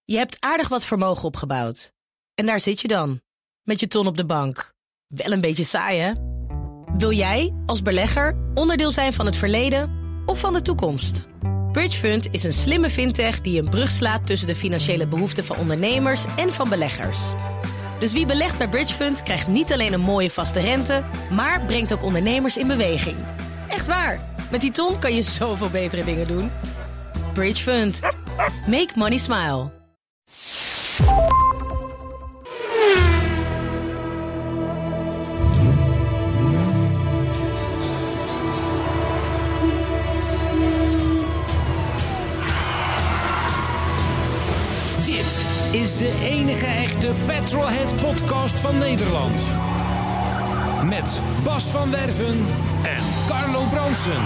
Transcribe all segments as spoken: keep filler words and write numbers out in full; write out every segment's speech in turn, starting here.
Je hebt aardig wat vermogen opgebouwd. En daar zit je dan, met je ton op de bank. Wel een beetje saai, hè? Wil jij, als belegger, onderdeel zijn van het verleden of van de toekomst? Bridgefund is een slimme fintech die een brug slaat tussen de financiële behoeften van ondernemers en van beleggers. Dus wie belegt bij Bridgefund krijgt niet alleen een mooie vaste rente, maar brengt ook ondernemers in beweging. Echt waar, met die ton kan je zoveel betere dingen doen. Bridgefund. Make money smile. Is de enige echte Petrolhead podcast van Nederland. Met Bas van Werven en Carlo Bronsen.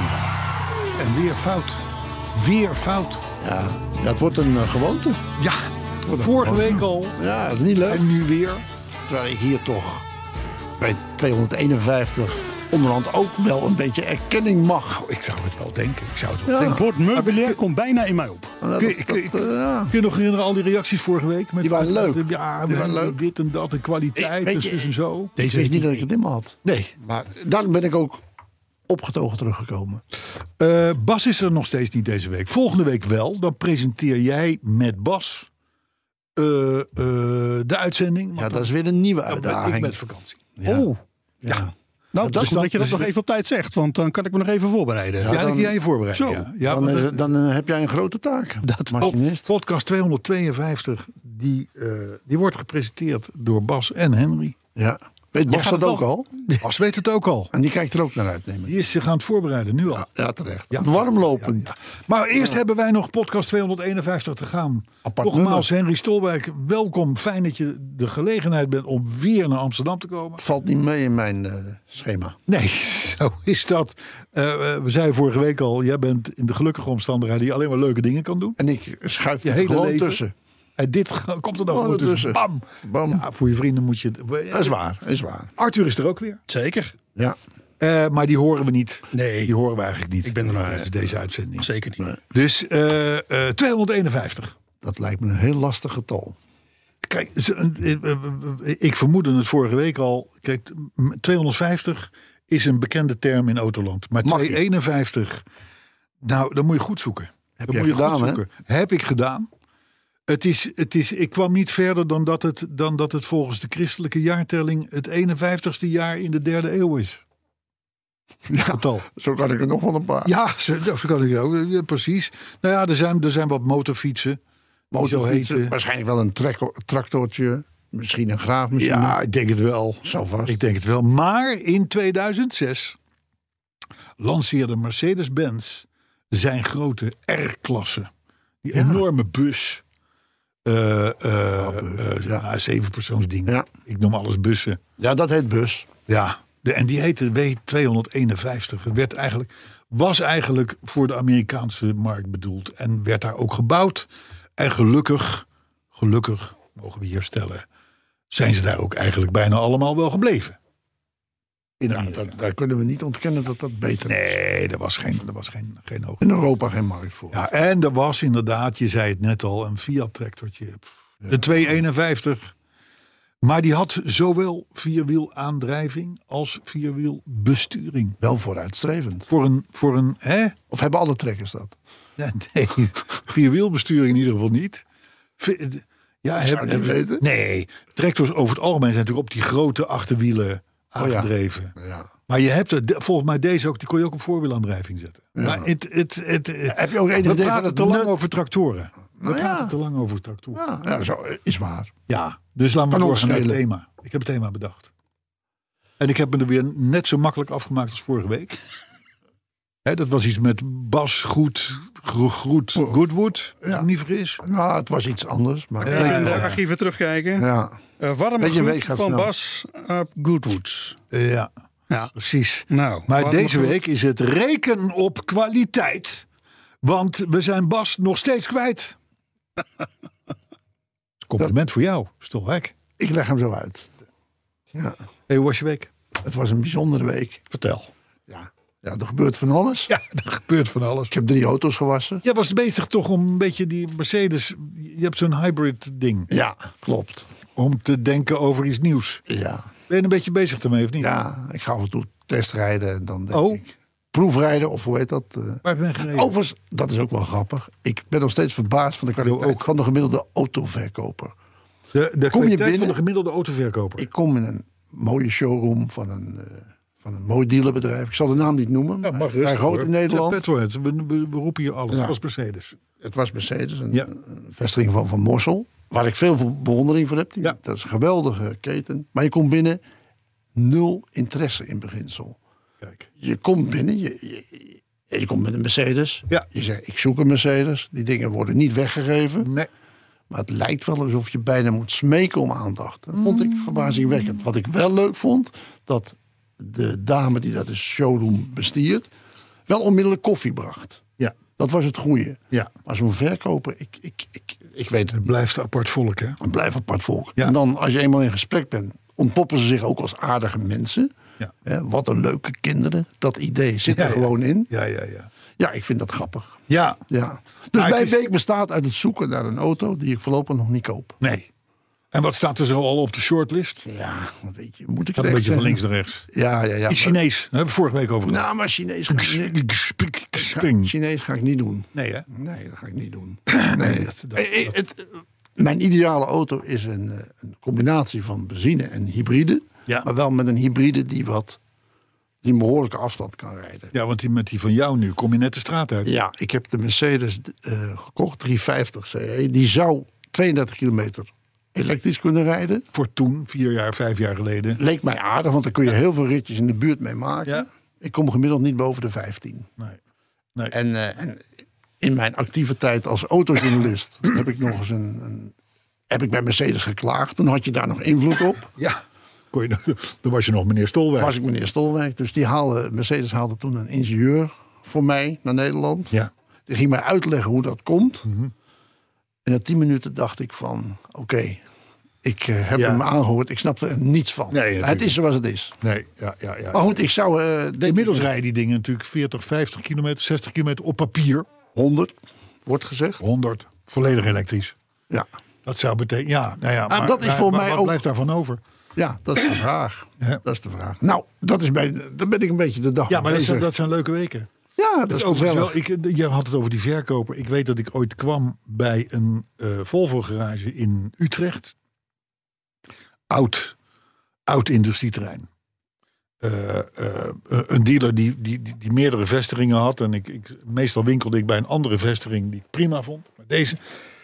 En weer fout. Weer fout. Ja, dat wordt een uh, gewoonte. Ja, Het wordt een vorige gewoonte. week al. Ja, dat is niet leuk. En nu weer. Terwijl ik hier toch bij tweehonderdeenenvijftig onderhand ook wel een beetje erkenning mag. Ik zou het wel denken. Ik zou het wel Ja. denken. Het woord meubilair komt bijna in mij op. Dat, Kun je- kun je- dat, uh, ja. Kun je nog herinneren al die reacties vorige week? Met Die waren leuk. Ja, Die we waren hebben leuk. dit en dat, de kwaliteit Weet en je, zus en zo. Ik wist niet dat ik het in me had. Nee. Maar daarom ben ik ook opgetogen teruggekomen. Uh, Bas is er nog steeds niet deze week. Volgende week wel. Dan presenteer jij met Bas uh, uh, de uitzending. Want Ja, dan- dat is weer een nieuwe dan ben uitdaging. ik met vakantie. Ja. Oh, Ja. nou, dat dus is dat je dat dus- nog even op tijd zegt, want dan kan ik me nog even voorbereiden. Ja, Ja, dan dan- kun jij je voorbereiden. Zo. Ja, ja Dan, want, uh, uh, dan uh, heb jij een grote taak. Dat machinist. podcast tweehonderdtweeënvijftig, die, uh, die wordt gepresenteerd door Bas en Henry. Ja. Weet Bas gaat dat het ook wel- al? Bas weet het ook al. En die kijkt er ook naar uit, neem ik. Die is zich aan het voorbereiden, nu al. Ja, terecht. Ja. Warmlopend. Ja, ja. Maar eerst hebben wij nog podcast tweehonderdeenenvijftig te gaan. Apart Nogmaals, Henry Stolwijk, welkom. Fijn dat je de gelegenheid bent om weer naar Amsterdam te komen. Het valt niet mee in mijn uh, schema. Nee, zo is dat. Uh, we zeiden vorige week al, jij bent in de gelukkige omstandigheden die alleen maar leuke dingen kan doen. En ik schuif Je er hele gewoon leven. tussen. En dit g- komt er nog Oh, gewoon tussen. tussen. Bam. Bam. Ja, voor je vrienden moet je... Dat is waar, is waar. Arthur is er ook weer. Zeker. Ja. Uh, maar die horen we niet. Nee. Die horen we eigenlijk niet. Ik ben er nog tijdens bij. deze uitzending. Zeker niet. Dus uh, uh, tweehonderdeenenvijftig. Dat lijkt me een heel lastig getal. Kijk, ze- uh, uh, uh, ik vermoedde het vorige week al. Kijk, m- tweehonderdvijftig is een bekende term in Autoland. Maar Mag je? tweehonderdeenenvijftig, nou, dan moet je goed zoeken. Heb Dan jij moet je gedaan, goed hè? zoeken. Heb ik gedaan. Het is, het is, ik kwam niet verder dan dat, het, dan dat het volgens de christelijke jaartelling het eenenvijftigste jaar in de derde eeuw is. Ja, Getal. zo kan ik er nog wel een paar. Ja, zo zo kan ik ook. Ja, precies. Nou ja, er zijn, er zijn wat motorfietsen. die zo Motorfietsen, heten. waarschijnlijk wel een tractor, tractortje. Misschien een graafmachine. Ja, ik denk het wel. Zo vast. Ik denk het wel. Maar in tweeduizend zes lanceerde Mercedes-Benz zijn grote R-klasse. Die Ja. enorme bus. Uh, uh, bus, uh, ja. ja, zevenpersoonsding. Ja. Ik noem alles bussen. Ja, dat heet bus. Ja, de, en die heette W tweehonderdeenenvijftig. Het werd eigenlijk, was eigenlijk voor de Amerikaanse markt bedoeld. En werd daar ook gebouwd. En gelukkig, gelukkig, mogen we hier stellen, zijn ze daar ook eigenlijk bijna allemaal wel gebleven. In Ja, Amerika. dat, daar kunnen we niet ontkennen dat dat beter is. Nee, er was geen, er was geen, geen hoog. In Europa geen markt voor. Ja, en er was inderdaad, je zei het net al, een Fiat-tractortje. De tweehonderdeenenvijftig. Maar die had zowel vierwielaandrijving als vierwielbesturing. Wel vooruitstrevend. Voor een, voor een hè? Of hebben alle trekkers dat? Ja, nee, vierwielbesturing in ieder geval niet. Vi- Ja, zou heb- het niet weten. Nee, tractors over het algemeen zijn natuurlijk op die grote achterwielen Oh ja. aangedreven. Ja. Maar je hebt er, de- volgens mij deze ook, die kon je ook op voorwielaandrijving zetten. Maar het, het, het, het- Heb je ook enig we idee van praten het te lang nut? over tractoren. We Nou ja. praten te lang over tractoren. Ja, ja, zo is waar. Ja, dus laten we Kan ons doorgaan naar het schelen. thema. Ik heb het thema bedacht. En ik heb me er weer net zo makkelijk afgemaakt als vorige week. Hè, dat was iets met Bas Goed, Gro- Groet, Goodwood, als ik me niet vergis. Nou, het was iets anders. Maar Even ja, in de ja. archieven terugkijken. Ja. Uh, warme Weet je, een groet week gaat van snel. Bas op Goodwoods. Eh, ja, Ja. precies. Nou, Maar warme deze groet. week is het reken op kwaliteit. Want we zijn Bas nog steeds kwijt. Compliment voor jou, Stolwijk. Ik leg hem zo uit. Ja. Hey, hoe was je week? Het was een bijzondere week. Vertel. Ja. Ja, er gebeurt van alles. Ja, er gebeurt van alles. Ik heb drie auto's gewassen. Jij was bezig toch om een beetje die Mercedes... je hebt zo'n hybrid ding. Ja, klopt. Om te denken over iets nieuws. Ja. Ben je een beetje bezig ermee of niet? Ja, ik ga af en toe testrijden en dan denk Oh. ik... Proefrijden, of hoe heet dat? Uh, Waar ben je gereden? overigens, dat is ook wel grappig. Ik ben nog steeds verbaasd van de kwaliteit ook. van de gemiddelde autoverkoper. De, de Kom je kwaliteit binnen? van de gemiddelde autoverkoper. Ik kom in een mooie showroom van een, uh, van een mooi dealerbedrijf. Ik zal de naam niet noemen. Ja, maar mag vrij rustig, groot hoor. in Nederland. Ja, Petrolheads, we, we, we roepen hier alles. Ja. Dat was Mercedes. Het was Mercedes, een, Ja. een vestiging van Van Mossel. Waar ik veel bewondering voor heb. Die, Ja. Dat is een geweldige keten. Maar je komt binnen, nul interesse in beginsel. Kijk. Je komt binnen, je, je, je komt met een Mercedes. Ja. Je zegt, ik zoek een Mercedes. Die dingen worden niet weggegeven. Nee. Maar het lijkt wel alsof je bijna moet smeken om aandacht. Dat vond ik verbazingwekkend. Wat ik wel leuk vond, dat de dame die dat de showroom bestiert... wel onmiddellijk koffie bracht. Ja. Dat was het goede. Ja. Maar zo'n verkoper, ik, ik, ik, ik weet het, Het blijft apart volk, hè? het blijft apart volk. Ja. En dan, als je eenmaal in gesprek bent, ontpoppen ze zich ook als aardige mensen. Ja. Hè, wat een leuke kinderen. Dat idee zit Ja, er ja. gewoon in. Ja, ja, ja. Ja, ik vind dat grappig. Ja. Ja. Dus Maar mijn het is- week bestaat uit het zoeken naar een auto die ik voorlopig nog niet koop. Nee. En wat staat er zo al op de shortlist? Ja, wat weet je, moet ik Gaat het een echt beetje van links zeggen? naar rechts. Ja, ja, ja. Iets maar- Chinees. Daar hebben we vorige week over gehad. Nou, maar Chinees ga ik niet, Spring. Chinees ga ik niet doen. Nee, hè? Nee, dat ga ik niet doen. Nee, dat, dat, Eh, eh, het, mijn ideale auto is een, eh, een combinatie van benzine en hybride. Ja. Maar wel met een hybride die wat die een behoorlijke afstand kan rijden. ja, want die, met die van jou nu kom je net de straat uit. Ja, ik heb de Mercedes uh, gekocht, driehonderdvijftig C E. Die zou tweeëndertig kilometer elektrisch kunnen rijden. Voor toen, vier jaar, vijf jaar geleden. Leek mij aardig, want daar kun je heel veel ritjes in de buurt mee maken. Ja. Ik kom gemiddeld niet boven de vijftien. Nee. nee. En, uh, en in mijn actieve tijd als autojournalist heb ik nog eens een, een heb ik bij Mercedes geklaagd. Toen had je daar nog invloed op. Ja, kon je, dan was je nog meneer Stolwijk. Was ik meneer Stolwijk. Dus die haalde, Mercedes haalde toen een ingenieur voor mij naar Nederland. Ja. Die ging mij uitleggen hoe dat komt. Mm-hmm. En na tien minuten dacht ik van, oké, okay, ik uh, heb Ja. hem aangehoord. Ik snapte er niets van. Nee, het is zoals het is. Nee, ja, ja, ja. Maar goed, ik zou... Uh, denk Inmiddels ik, rijden die dingen natuurlijk veertig, vijftig kilometer, zestig kilometer op papier. honderd, wordt gezegd. honderd, volledig elektrisch. Ja. Dat zou betekenen, ja, nou ja. Maar, dat is maar- voor maar mij wat ook- blijft daarvan over? Ja, dat is de vraag. Ja. Dat is de vraag. Nou, dat is bij, dan ben ik een beetje de dag Ja, maar dat bezig. zijn, dat zijn leuke weken. Ja, dat Dat is is overigens gezellig. wel, ik, je had het over die verkoper. Ik weet dat ik ooit kwam bij een uh, Volvo-garage in Utrecht. Oud, oud industrieterrein. Uh, uh, een dealer die, die, die, die meerdere vestigingen had. En ik, ik, meestal winkelde ik bij een andere vestiging die ik prima vond. Maar deze,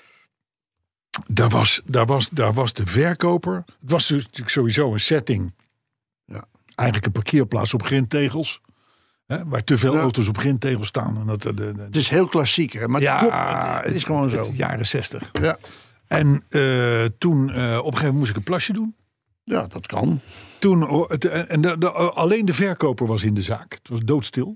daar was, daar was, daar was de verkoper. Het was dus natuurlijk sowieso een setting. Ja. Eigenlijk een parkeerplaats op grindtegels. Hè, waar te veel Ja. auto's op grindtegels staan. En dat, de, de, de- Het is heel klassiek, hè? Maar ja, klopt, het, het is gewoon zo. Jaren zestig. Ja. En uh, toen, uh, op een gegeven moment moest ik een plasje doen. Ja, dat kan. Toen, oh, het, en de, de, alleen de verkoper was in de zaak. Het was doodstil.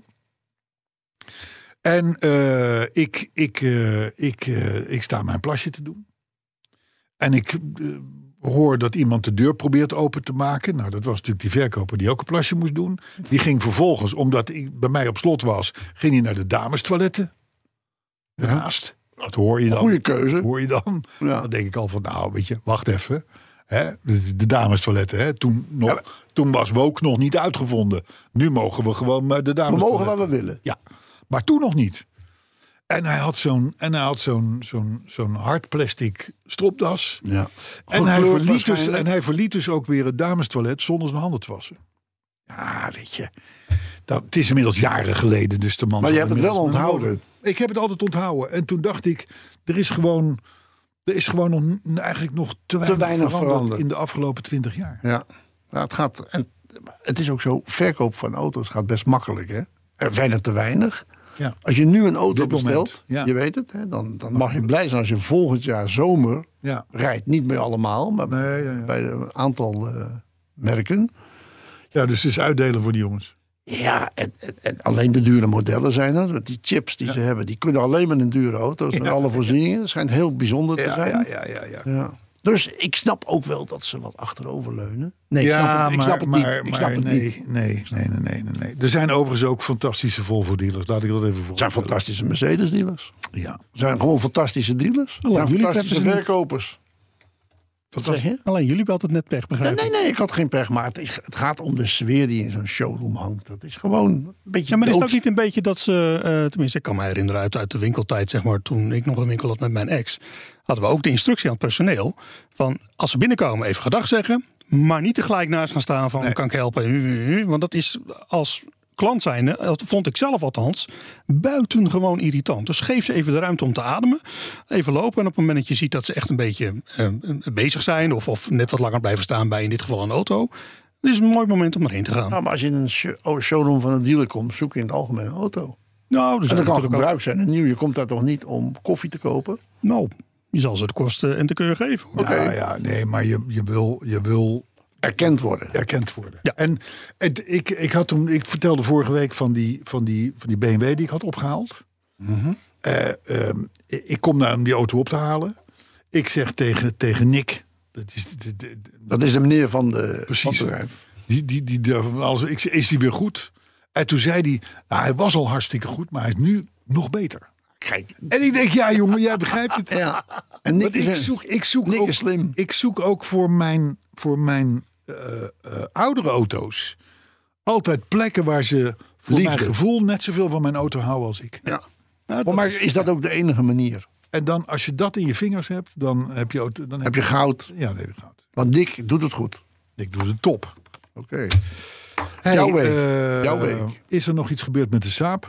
En uh, ik, ik, uh, ik, uh, ik sta mijn plasje te doen. En ik uh, hoor dat iemand de deur probeert open te maken. Nou, dat was natuurlijk die verkoper die ook een plasje moest doen. Die ging vervolgens, omdat ik bij mij op slot was, ging hij naar de damestoiletten. Naast. Dat hoor je dan. Goeie keuze. Hoor je dan. Ja. Dan denk ik al van, nou, weet je, wacht even. Hè, de, de damestoiletten, hè. Toen, nog, Ja, maar- toen was woke nog niet uitgevonden. Nu mogen we gewoon uh, de We damestoiletten. mogen waar we willen. Ja, maar toen nog niet. En hij had zo'n, en hij had zo'n, zo'n, zo'n hard plastic stropdas. Ja. En hij, Gekleurd verliet dus, waarschijnlijk. en hij verliet dus ook weer het damestoilet zonder zijn handen te wassen. Ja, weet je. Dat, het is inmiddels jaren geleden, dus de man... Maar je zal hebt het wel inmiddels- onthouden. Ik heb het altijd onthouden. En toen dacht ik, er is gewoon, er is gewoon nog, n- eigenlijk nog te weinig, weinig veranderd, veranderd. in de afgelopen twintig jaar. Ja. Ja, het gaat. En het is ook zo, verkoop van auto's gaat best makkelijk, hè? Er zijn er te weinig. Ja. Als je nu een auto Dit moment, bestelt, ja. je weet het, hè, dan, dan mag je blij zijn als je volgend jaar zomer Ja. rijdt. Niet bij allemaal, maar Nee, ja, ja. bij een aantal uh, merken. Ja, dus het is uitdelen voor die jongens. Ja, en, en, en alleen de dure modellen zijn er. Want die chips die Ja. ze hebben, die kunnen alleen maar in dure auto's. Met Ja. alle voorzieningen. Het schijnt heel bijzonder te Ja, zijn. ja, ja, ja, ja. Ja. Dus ik snap ook wel dat ze wat achteroverleunen. Nee, ja, ik snap het, ik maar, snap het maar, niet. Ik maar snap het nee, niet. Nee, nee, nee, nee, nee, nee. Er zijn overigens ook fantastische Volvo-dealers. Laat ik dat even voor. Het zijn fantastische Mercedes-dealers. Ja. Het zijn gewoon fantastische dealers. Het zijn jullie fantastische hebben ze niet. verkopers. Wat zeg je? Alleen jullie hebben altijd net pech, begrijp Nee, ik. nee, nee, ik had geen pech. Maar het, is, het gaat om de sfeer die in zo'n showroom hangt. Dat is gewoon een beetje Ja, maar is het ook doods. niet een beetje dat ze, uh, tenminste ik kan me herinneren uit, uit de winkeltijd, zeg maar, toen ik nog een winkel had met mijn ex, hadden we ook de instructie aan het personeel van als ze binnenkomen even gedag zeggen, maar niet tegelijk naast gaan staan van Nee. kan ik helpen, want dat is als klant zijnde, dat vond ik zelf althans, buitengewoon irritant. Dus geef ze even de ruimte om te ademen, even lopen en op het moment dat je ziet dat ze echt een beetje uh, bezig zijn of, of net wat langer blijven staan bij in dit geval een auto, dit is een mooi moment om erheen te gaan. Nou, maar als je in een show- oh, showroom van een dealer komt, zoek je in het algemeen een auto. Nou, dus En dat kan natuurlijk ook- gebruikt zijn. Een nieuw, je komt daar toch niet om koffie te kopen? Nou, je zal ze de kosten en de keur geven. hoor. Oké. Ja, ja, nee, maar je, je, wil, je wil Erkend worden. erkend worden. Ja. En het, ik, ik, had toen, ik vertelde vorige week van die, van, die, van die B M W die ik had opgehaald. Eh, ehm, ik kom daar om die auto op te halen. Ik zeg tegen, tegen Nick, dat is, de, de- de- Dat is de meneer van de Precies. van het bedrijf. die, die, die, die, alles, ik zeg, is die weer goed? En toen zei hij, nou, hij was al hartstikke goed, maar hij is nu nog beter. Kijk. En ik denk, ja jongen, jij begrijpt het. Ja. En Nick Want is, ik een- zoek, ik zoek Nick ook, is slim. Ik zoek ook voor mijn, voor mijn uh, uh, oudere auto's altijd plekken waar ze voor Liefde. mijn gevoel net zoveel van mijn auto houden als ik. Ja. Ja, dat Oh, maar is- is dat ook de enige manier? En dan als je dat in je vingers hebt, dan heb je auto. Dan Heb je goud? Ja, nee, dat gaat. Want Dick doet het goed. Ik doe het top. Oké. Hey, Jouw week. eh, Jouw week. Is er nog iets gebeurd met de Saab?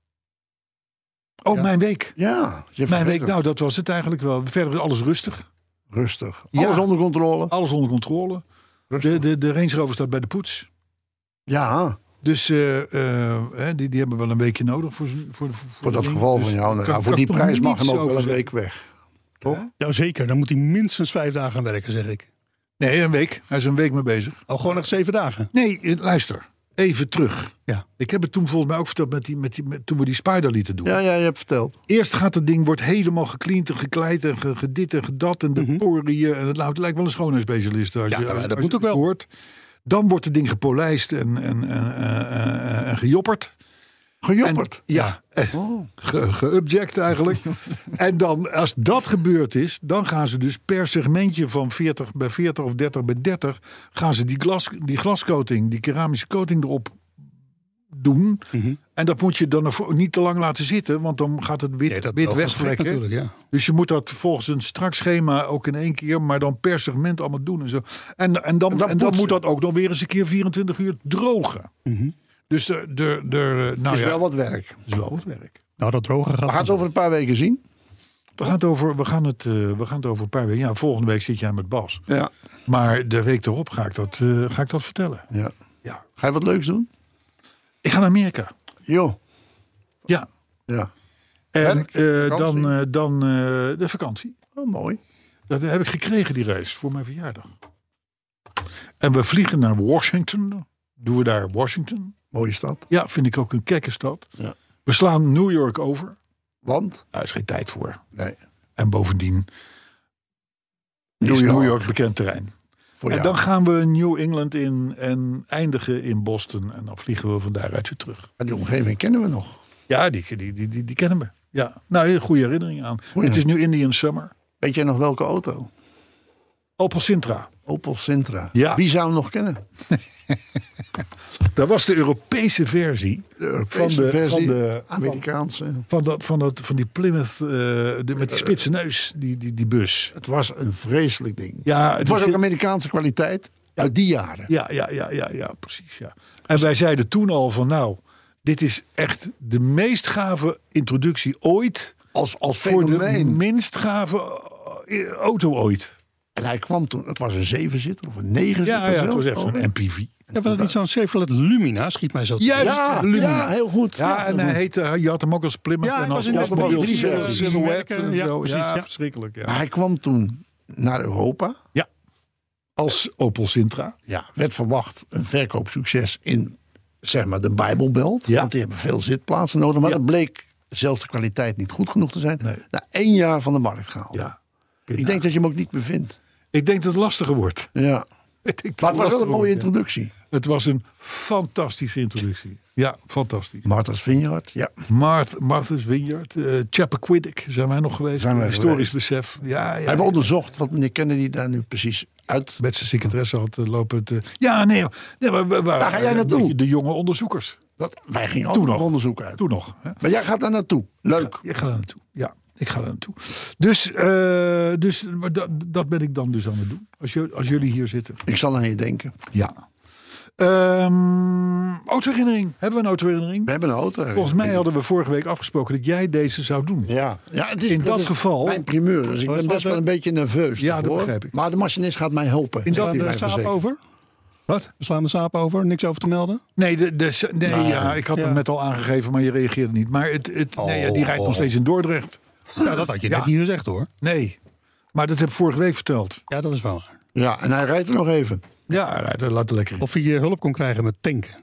Oh, Ja. mijn week. Ja. Je Mijn week, vergeet nou dat was het eigenlijk wel. Verder alles rustig. het. Rustig. Ja. Alles onder controle. Alles onder controle. Rustig. De, de, de Range Rover staat bij de poets. Ja. Dus eh, eh, hè, die, die hebben wel een weekje nodig voor, z'n- voor, voor, Voor dat ding. geval Dus van jou. Nou, kan- ja, voor kan die ik toch prijs mag niets hem ook over wel een zeggen. week weg. Toch? Nou zeker, dan moet hij minstens vijf dagen gaan werken, zeg ik. Nee, een week. Hij is een week mee bezig. Oh, gewoon nog zeven dagen. Nee, eh, luister. Even terug. Ja. Ik heb het toen volgens mij ook verteld met die, met die, met, toen we die Spider lieten doen. Ja, ja, je hebt verteld. Eerst gaat het ding wordt helemaal gecleand en gekleid en ge- gedit en gedat en de Mhm. poriën. En het, lijkt- het lijkt wel een schoonheidsspecialist. Als Ja, je, nou, als dat je moet ook het wel. hoort. Dan wordt het ding gepolijst en, en, en, en, en, en gejopperd. Gejopperd. En, ja, Oh. ge- geobject eigenlijk. En dan, als dat gebeurd is, dan gaan ze dus per segmentje van veertig bij veertig of dertig bij dertig... gaan ze die, glas, die glascoating, die keramische coating erop doen. Mhm. En dat moet je dan ervoor niet te lang laten zitten, want dan gaat het wit, Nee, dat wit wel geschikt wegvlekken. natuurlijk, ja. Dus je moet dat volgens een strak schema ook in één keer, maar dan per segment allemaal doen en zo. En, en dan, En dan en dan poetsen. moet dat ook nog weer eens een keer vierentwintig uur drogen. Mhm. Dus de, de, de, nou is ja, wel wat werk. is wel wat werk. Nou, dat droge gaat. We gaan het over een paar weken zien. We gaan het over, we gaan het, uh, we gaan het over een paar weken. Ja, volgende week zit jij met Bas. Ja. Maar de week erop ga ik dat, uh, ga ik dat vertellen. ja. Ja. Ga je wat leuks doen? Ik ga naar Amerika. Jo. Ja. Ja. En Werk, uh, vakantie? dan, uh, dan uh, de vakantie. Oh, mooi. Dat heb ik gekregen, die reis, voor mijn verjaardag. En we vliegen naar Washington. Doen we daar Washington. Mooie stad. Ja, vind ik ook een kekke stad. Ja. We slaan New York over. Want? Daar is geen tijd voor. Nee. En bovendien is New York. New York bekend terrein. Voor En jou. dan gaan we New England in en eindigen in Boston. En dan vliegen we van daaruit weer terug. Maar die omgeving kennen we nog. Ja, die, die, die, die, die kennen we. Ja, nou, een goede herinnering aan. Goeie. Het is nu Indian Summer. Weet jij nog welke auto? Opel Sintra. Opel Sintra. Ja. Wie zou hem nog kennen? Dat was de Europese versie. De Europese Van de- versie. van de- Amerikaanse. Van, dat, van, dat, van die Plymouth, uh, de, met die spitse neus, die, die, die bus. Het was een vreselijk ding. Ja, Het was die- ook Amerikaanse kwaliteit uit die jaren. Ja, ja, ja, ja, ja, precies. Ja. En wij zeiden toen al van nou, dit is echt de meest gave introductie ooit. Als, als Voor de fenomeen. minst gave uh, auto ooit. En hij kwam toen, het was een zevenzitter of een negenzitter. Ja, ja, het zelfs. was echt zo'n Oh. M P V. Ja, was dat niet zo'n Chevrolet Lumina? Schiet mij zo te Juist, Ja, Lumina. ja, heel goed. Ja, en hij heette, je had hem ook als Plymouth Ja, en hij als was in de Oldsmobile drie Silhouette versies. Silhouette en Ja, zo. precies, Ja, ja. verschrikkelijk. Maar Ja. hij kwam toen naar Europa. ja, als Opel Sintra. Ja, werd verwacht een verkoopsucces in zeg maar de Bijbelbelt. Ja. Want die hebben veel zitplaatsen nodig. Maar Ja. dat bleek dezelfde kwaliteit niet goed genoeg te zijn. Nee. Na één jaar van de markt gehaald. Ja. Ik denk dat je hem ook niet meer vindt. Ik denk dat het lastiger wordt. Ja. Ik denk dat Maar het was wel een mooie wordt, ja. introductie. Het was een fantastische introductie. Ja, fantastisch. Martha's Vineyard, ja. Marth, Martha's Vineyard, uh, Chappaquiddick zijn wij nog geweest. Zijn wij Historisch geweest. besef. Ja, ja, We hebben ja. onderzocht wat meneer Kennedy daar nu precies uit... Met zijn secretaresse had uh, lopen. Te... Ja, nee, nee maar we waren Daar ga jij naartoe. De, de jonge onderzoekers. Dat, wij gingen Toen ook nog. nog onderzoek uit. Toen nog. Hè? Maar jij gaat daar naartoe. Leuk. Ik ga daar naartoe. Ja, ik ga daar naartoe. Dus, uh, dus maar dat, dat ben ik dan dus aan het doen. Als, je, als jullie hier zitten. Ik zal aan je denken. Ja. Um, autoherinnering. Hebben we een autoherinnering? We hebben een auto. Volgens mij hadden we vorige week afgesproken dat jij deze zou doen. Ja, ja het is, In dat is geval- mijn primeur. Dus ik Was ben dat best wel de- een beetje nerveus. Ja, dat hoor. begrijp ik. Maar de machinist gaat mij helpen. In zegt dat- hij De mij saap verzekerd. over? Wat? We slaan de saap over, niks over te melden. Nee, de, de, nee, Nee. Ja, ik had Ja. hem net al aangegeven, maar je reageerde niet. Maar het, het, nee, ja, die rijdt nog steeds in Dordrecht. Ja, dat had je Ja. net niet gezegd hoor. Nee, maar dat heb ik vorige week verteld. Ja, dat is wel waar. Ja, en hij rijdt er nog even. Ja, hij rijdt er, laat het lekker in. Of je hulp kon krijgen met tanken.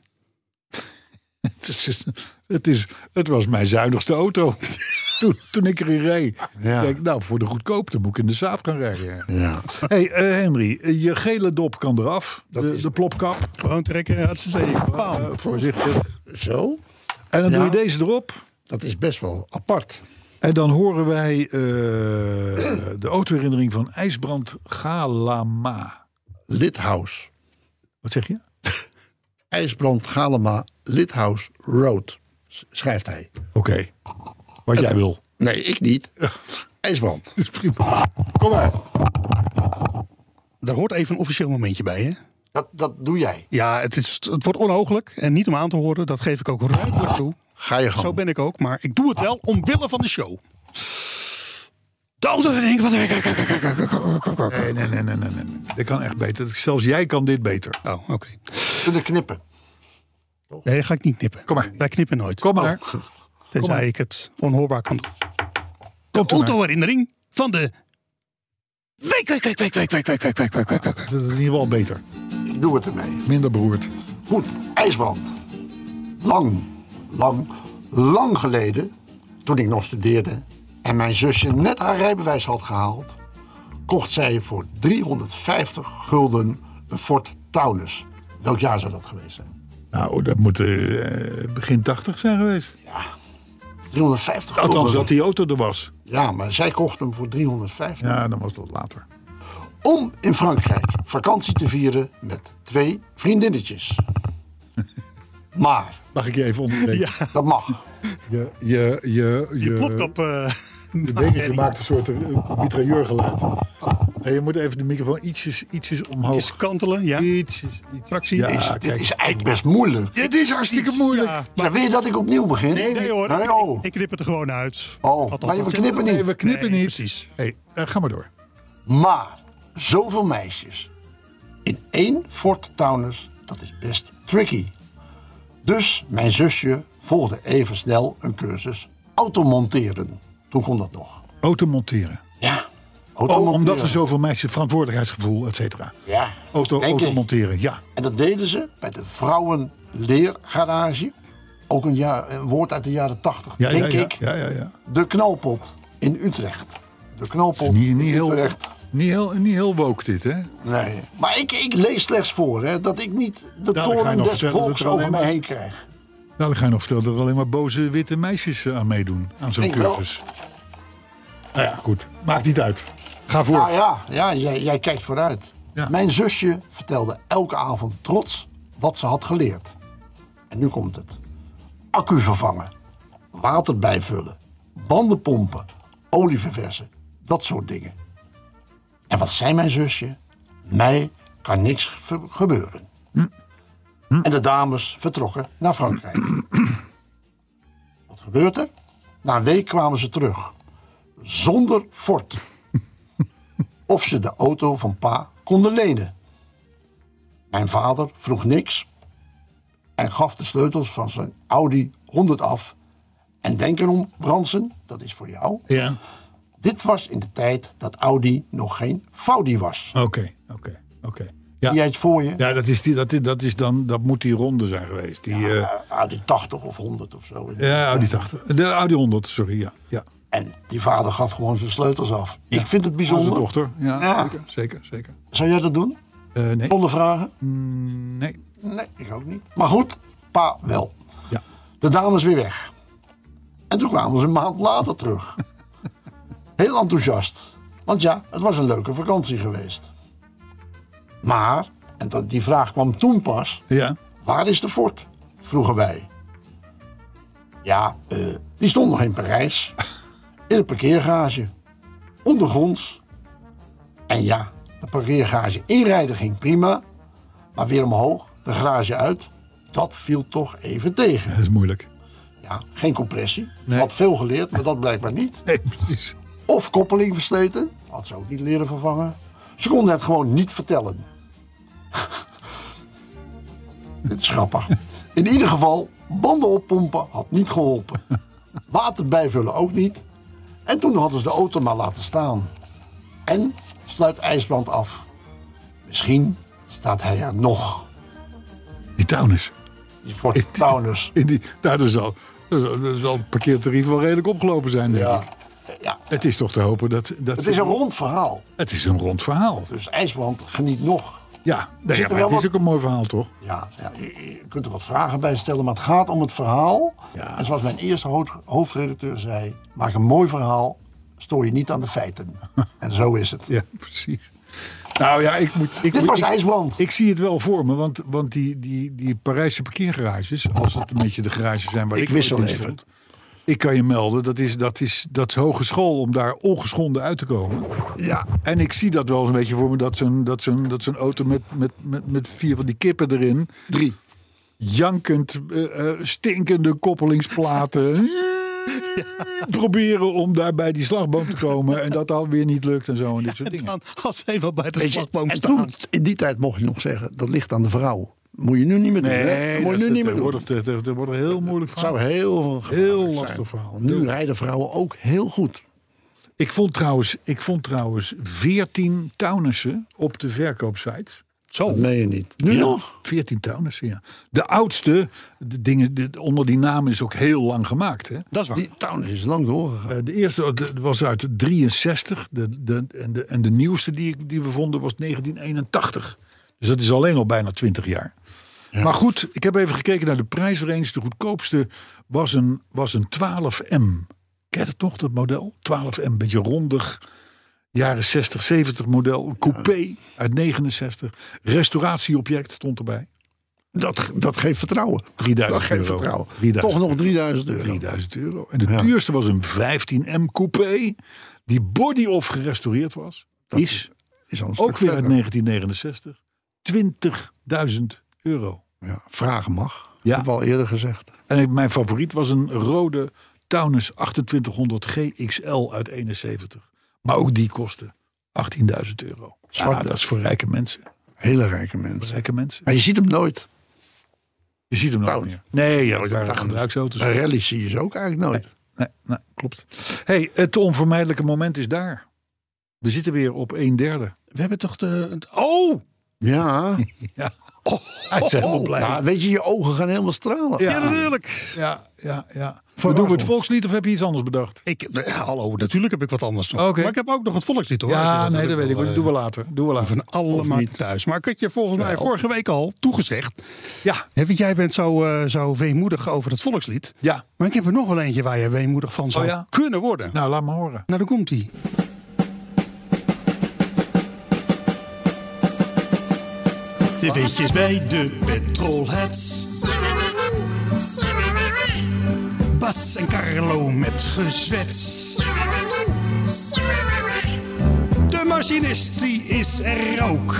Het, is, het, is, het was mijn zuinigste auto. toen, toen ik erin reed. Ja. Ik denk, nou, voor de goedkoopte moet ik in de Saab gaan rijden. Ja. Hey, uh, Henry, uh, je gele dop kan eraf. Dat De, is- de plopkap. Gewoon trekken, hartstikke paal. Uh, voorzichtig. Zo? En dan Ja. doe je deze erop. Dat is best wel apart. En dan horen wij uh, de autoherinnering van IJsbrand Galama. Lithouse. Wat zeg je? IJsbrand Galema Lithouse Road. s- Schrijft hij. Oké, okay. Wat jij wil. Nee, ik niet. IJsbrand. Dat is prima. Kom maar. Daar hoort even een officieel momentje bij, hè? Dat, dat doe jij. Ja, het, is, het wordt onogelijk en niet om aan te horen. Dat geef ik ook ruidelijk toe. Ga je gang. Zo ben ik ook, maar ik doe het wel omwille van de show. De autoherinnering van de week. Nee, nee, nee, nee, nee, nee. Dit kan echt beter. Zelfs jij kan dit beter. Oh, oké. Okay. Kunnen knippen. Nee, ga ik niet knippen. Kom maar. Wij knippen nooit. Kom maar. Tenzij maar. ik het onhoorbaar kan doen. Komt De u maar. autoherinnering van de week, week, week, week, week, week, week, week, week, week, week, week. Dat is in ieder geval beter. Ik doe het ermee. Minder beroerd. Goed, IJsbrand. Lang, lang, lang geleden, toen ik nog studeerde en mijn zusje net haar rijbewijs had gehaald, kocht zij voor driehonderdvijftig gulden een Ford Taunus. Welk jaar zou dat geweest zijn? Nou, dat moet uh, begin tachtig zijn geweest. driehonderdvijftig gulden. Althans, dat die auto er was. Ja, maar zij kocht hem voor driehonderdvijftig. Ja, dan was dat later. Om in Frankrijk vakantie te vieren met twee vriendinnetjes. Maar, Mag ik je even onderbreken? Ja, dat mag. Je, je, je, je, je plopkap. Uh, je dingetje maakt een soort uh, mitrailleurgeluid. En je moet even de microfoon ietsjes, ietsjes omhoog. Ietsjes kantelen, ja. Ietsjes, ietsjes. Fractie. Ja, Is- Dit kijk. is eigenlijk best moeilijk. Het is hartstikke moeilijk. Ja, Ja, wil je dat ik opnieuw begin? nee hoor, Nee, ik, oh. ik, ik knip het er gewoon uit. Oh, Althans, maar we dat- knippen niet. Nee, we knippen Nee, niet. precies. Hey, uh, ga maar door. Maar zoveel meisjes in één Ford Taunus, dat is best tricky. Dus mijn zusje volgde even snel een cursus automonteren. Toen kon dat nog. Auto monteren. Ja, Oh, automonteren. omdat er zoveel meisjes verantwoordelijkheidsgevoel, et cetera. Ja, Auto, denk auto ik. monteren, ja. En dat deden ze bij de Vrouwenleergarage. Ook een, jaar, een woord uit de jaren tachtig, Ja, denk ja, ja, ik. ja, ja, ja. De Knalpot in Utrecht. De Knalpot Niet, niet, in heel, Utrecht. niet, heel, niet heel woke dit, hè? Nee, maar ik, ik lees slechts voor, hè, dat ik niet de ga je toren nog des vertellen dat volks er alleen over mij maar- heen krijg. Nou, dan ga je nog vertellen dat er alleen maar boze witte meisjes uh, aan meedoen. Aan zo'n Ik wel. cursus. Nou ja, goed. Maakt niet uit. Ga voort. Nou ja, ja jij, jij kijkt vooruit. Ja. Mijn zusje vertelde elke avond trots wat ze had geleerd. En nu komt het. Accu vervangen, water bijvullen, banden pompen, olie verversen, dat soort dingen. En wat zei mijn zusje? Mij kan niks ver- gebeuren. En de dames vertrokken naar Frankrijk. Wat gebeurt er? Na een week kwamen ze terug. Zonder Ford. Of ze de auto van pa konden lenen. Mijn vader vroeg niks en gaf de sleutels van zijn Audi honderd af. En denk erom, Bransen, dat is voor jou. Ja. Dit was in de tijd dat Audi nog geen Faudi was. Oké, oké, oké. Ja. Zie jij het voor je? Ja, dat, is die, dat, is, dat, is dan, dat moet die ronde zijn geweest. Die, eh, Uh, Audi tachtig of honderd of zo. ja, Audi tachtig. De Audi honderd, sorry. Ja, ja. En die vader gaf gewoon zijn sleutels af. Ja. Ik vind het Aan bijzonder. zijn dochter. Ja, Ja. Zeker, zeker, zeker. Zou jij dat doen? Uh, nee. Zonder vragen? Mm, nee. Nee, ik ook niet. Maar goed, pa wel. Ja. De dames weer weg. En toen kwamen ze een maand later terug. Heel enthousiast. Want ja, het was een leuke vakantie geweest. Maar, en dat, die vraag kwam toen pas, Ja. waar is de Ford? Vroegen wij. Ja, uh, die stond nog in Parijs. In een parkeergarage. Ondergronds. En ja, de parkeergarage inrijden ging prima. Maar weer omhoog, de garage uit. Dat viel toch even tegen. Dat is moeilijk. Ja, geen compressie. Nee. Had veel geleerd, maar dat blijkbaar niet. Nee, precies. Of koppeling versleten. Had ze ook niet leren vervangen. Ze konden het gewoon niet vertellen. Dit is grappig. In ieder geval, banden oppompen had niet geholpen. Water bijvullen ook niet. En toen hadden ze de auto maar laten staan. En sluit ijsbrand af. Misschien staat hij er nog. Die Taunus. Die Ford Taunus. In die, nou, daar zal, daar zal, daar zal het parkeertarief wel redelijk opgelopen zijn, denk Ja. ik. Ja, Het is toch te hopen dat... dat het ze- is een rond verhaal. het is een rond verhaal. Dus ijsbrand geniet nog. Ja, nee, zit ja er maar wel het is wat- ook een mooi verhaal, toch? Ja, ja je, je kunt er wat vragen bij stellen, maar het gaat om het verhaal. Ja. En zoals mijn eerste hoofd- hoofdredacteur zei, maak een mooi verhaal, stoor je niet aan de feiten. En zo is het. Ja, precies. Nou ja, ik moet... Ik, Dit moet- was ik, ijsbrand. ik zie het wel voor me, want, want die, die, die Parijse parkeergarages, als het een beetje de garages zijn waar Ik ik, wissel ooit in even. stond, ik kan je melden, dat is, dat, is, dat is hogeschool om daar ongeschonden uit te komen. Ja, En ik zie dat wel een beetje voor me, dat zo'n, dat zo'n, dat zo'n auto met, met, met, met vier van die kippen erin, drie. jankend, eh, eh, stinkende koppelingsplaten. Proberen om daar bij die slagboom te komen en dat dan weer niet lukt en zo en dit soort En dingen. dan, als ze eenmaal bij de Weet je, slagboom en staan. toen, in die tijd mocht je nog zeggen, dat ligt aan de vrouw. Moet je nu niet meer doen. hè? Dat moet je nu niet meer doen. wordt het, het wordt een heel moeilijk Het zou verhaal. heel, veel Heel gevaarlijk lastig zijn. verhaal. Want nu rijden vrouwen ook heel goed. Ik vond trouwens, ik vond trouwens veertien Taunussen op de verkoopsites. Dat meen je niet. Nu Ja, nog? veertien Taunussen, ja. De oudste, de dingen, de, onder die naam is ook heel lang gemaakt. Hè? Dat is waar. Die Taunus is lang doorgegaan. Eh, de eerste de- was uit drieënzestig. De, de, en, de, en de nieuwste die, ik- die we vonden was negentien eenentachtig. Dus dat is alleen al bijna twintig jaar. Maar goed, ik heb even gekeken naar de prijsrange. De goedkoopste was een, was een twaalf M. Ken je het nog, dat model? twaalf M, beetje rondig. Jaren zestig, zeventig model. Een coupé uit negenenzestig. Restauratieobject stond erbij. Dat, dat geeft vertrouwen. drieduizend Dat geeft euro. vertrouwen. drieduizend. Toch nog drieduizend euro. drieduizend euro. En de Ja. duurste was een vijftien M coupé. Die body-off gerestaureerd was. is Is al een ook stuk weer uit verder. negentien negenenzestig. twintigduizend euro. Ja, vragen mag. Ja. Heb ik al eerder gezegd. En ik- mijn favoriet was een rode Taunus achtentwintighonderd G X L uit eenenzeventig. Maar ook die kostte achttienduizend euro. Zwart. Ja, dat is voor rijke mensen. Hele rijke mensen. Rijke mensen. Maar je ziet hem nooit. Je ziet hem nog Taunus. meer. Nee, ja, dat waren Taunus. gebruiksauto's. Bij rallies zie je ze ook eigenlijk nooit. Nee, nee, klopt. Hey, het onvermijdelijke moment is daar. We zitten weer op een derde. We hebben toch de... Oh! Ja. Ja. Hij is helemaal blij. Ja, weet je, je ogen gaan helemaal stralen. Ja. Ja, natuurlijk. Ja, ja, ja. Verras Doen we het ons. volkslied of heb je iets anders bedacht? Ik, ja, hallo, natuurlijk heb ik wat anders nog. Oké. Maar ik heb ook nog het volkslied hoor. Ja, Dus nee, heb dat weet ik. wel, Maar eh, doen we later. Doen we later. Van alle Of markten niet. thuis. Maar ik had je volgens mij vorige week al toegezegd. Ja, Hè, want jij bent zo, eh, zo weemoedig over het volkslied. ja. Maar ik heb er nog wel eentje waar je weemoedig van zou Oh ja? kunnen worden. Nou, laat me horen. Nou, daar komt hij. De weetjes bij de petrolheads. Bas en Carlo met gezwets. De machinist die is er ook.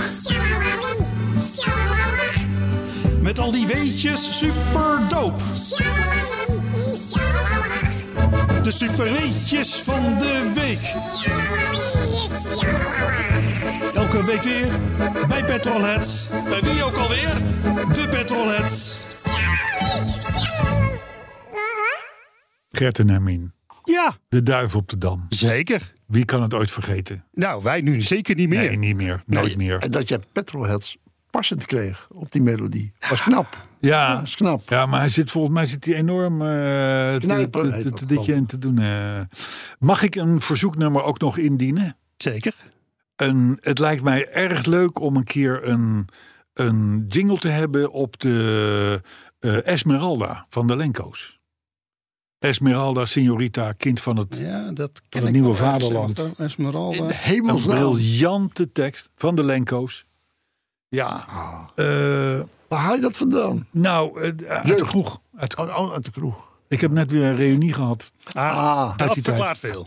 Met al die weetjes super doop. De super weetjes van de week. Elke week weer bij Petrolheads. Bij wie ook alweer? De Petrolheads. Gert en Hermine. Ja, De duif op de dam. zeker. Wie kan het ooit vergeten? Nou, wij nu zeker niet meer. Nee, niet meer. Nooit Nee, meer. En dat je Petrolheads passend kreeg op die melodie. Was knap. Ja, Ja, is knap. ja, maar hij zit volgens mij zit hij enorm uh, te, Knijpen, te, heet te, dat te ditje dan. en te doen. Uh. Mag ik een verzoeknummer ook nog indienen? Zeker. Een, het lijkt mij erg leuk om een keer een, een jingle te hebben op de uh, Esmeralda van de Lenko's. Esmeralda, Signorita, kind van het, Ja, dat ken het ik nieuwe wel ergens. vaderland. Esmeralda. In de een hemelsnaam. briljante tekst van de Lenko's. Ja, uh, Waar haal je dat vandaan? nou, uh, uit de Jeugd. kroeg. Uit de kroeg. Oh, oh, uit de kroeg. Ik heb net weer een reunie gehad. Ah, dat die tijd. verklaart veel.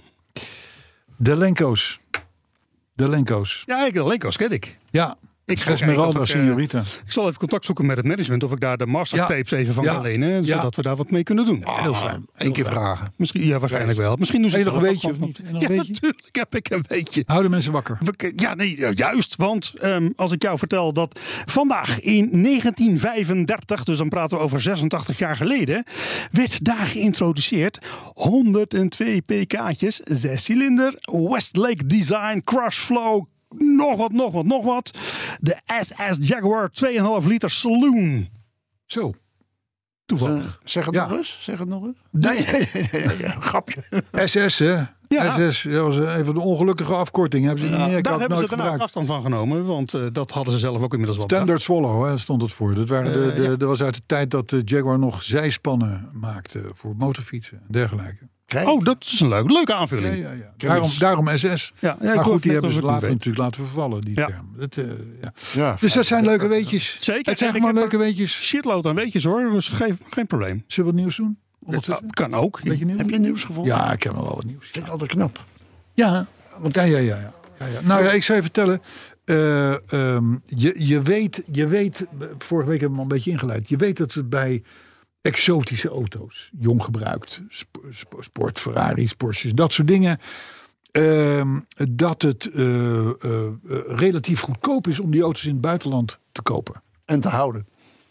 De Lenko's. De Lenko's. Ja, ik, de Lenko's ken ik. Ja, Ik ga Esmeralda, kijken of ik, eh, Signorita. Ik zal even contact zoeken met het management of ik daar de mastertapes even van Ja. kan lenen. Ja. Zodat we daar wat mee kunnen doen. Heel fijn. Eén keer vragen. Misschien, ja, waarschijnlijk wel. Misschien doen ze Heb je het nog een wel weetje of van- niet? Nog Ja, een weetje? natuurlijk heb ik een beetje. Houden mensen wakker. Ja, nee, ja, juist. Want um, als ik jou vertel dat vandaag in negentien vijfendertig, dus dan praten we over zesentachtig jaar geleden, werd daar geïntroduceerd honderdtwee pk'tjes, zes cilinder, Westlake Design, Crushflow, nog wat, nog wat, nog wat. De S S Jaguar twee komma vijf liter Saloon. Zo. Toevallig. Zeg het Ja. nog eens. Zeg het nog eens. Nee, nee, nee, nee, nee, grapje. S S, hè? Ja. S S, dat was even de ongelukkige afkorting. Hebben ze in Amerika Daar ook hebben ze nooit daarna ook gebruikt. afstand van genomen, want uh, dat hadden ze zelf ook inmiddels wat. Standard Swallow, hè, stond het voor. Dat, waren de, Uh, de, ja. dat was uit de tijd dat de Jaguar nog zijspannen maakte voor motorfietsen en dergelijke. Kijk. Oh, dat is een leuke, leuke Ja, aanvulling. ja, ja. Daarom, daarom S S. Ja, ja, ik maar hoor goed, die net hebben of ze ik later het weet. natuurlijk laten vervallen, die Ja. term. Dat, uh, ja. Ja. Dus dat zijn leuke weetjes. Zeker. Het zijn En ik gewoon heb leuke weetjes. Shitload aan weetjes hoor, dus geen, geen probleem. Zullen we wat nieuws doen? Ja, Ondertussen? kan ook. Beetje nieuws? Heb je nieuws gevonden? Ja, ik heb nog wel wat nieuws. Vind ik altijd knap. Ja, want ja, ja, ja, ja, ja, ja. Nou ja, ik zou je vertellen. Uh, um, je, je, weet, je weet, vorige week hebben we hem al een beetje ingeleid. Je weet dat het bij exotische auto's, jong gebruikt, sp- sp- sport, Ferraris, Porsches, dat soort dingen. Uh, dat het uh, uh, uh, relatief goedkoop is om die auto's in het buitenland te kopen. En te houden.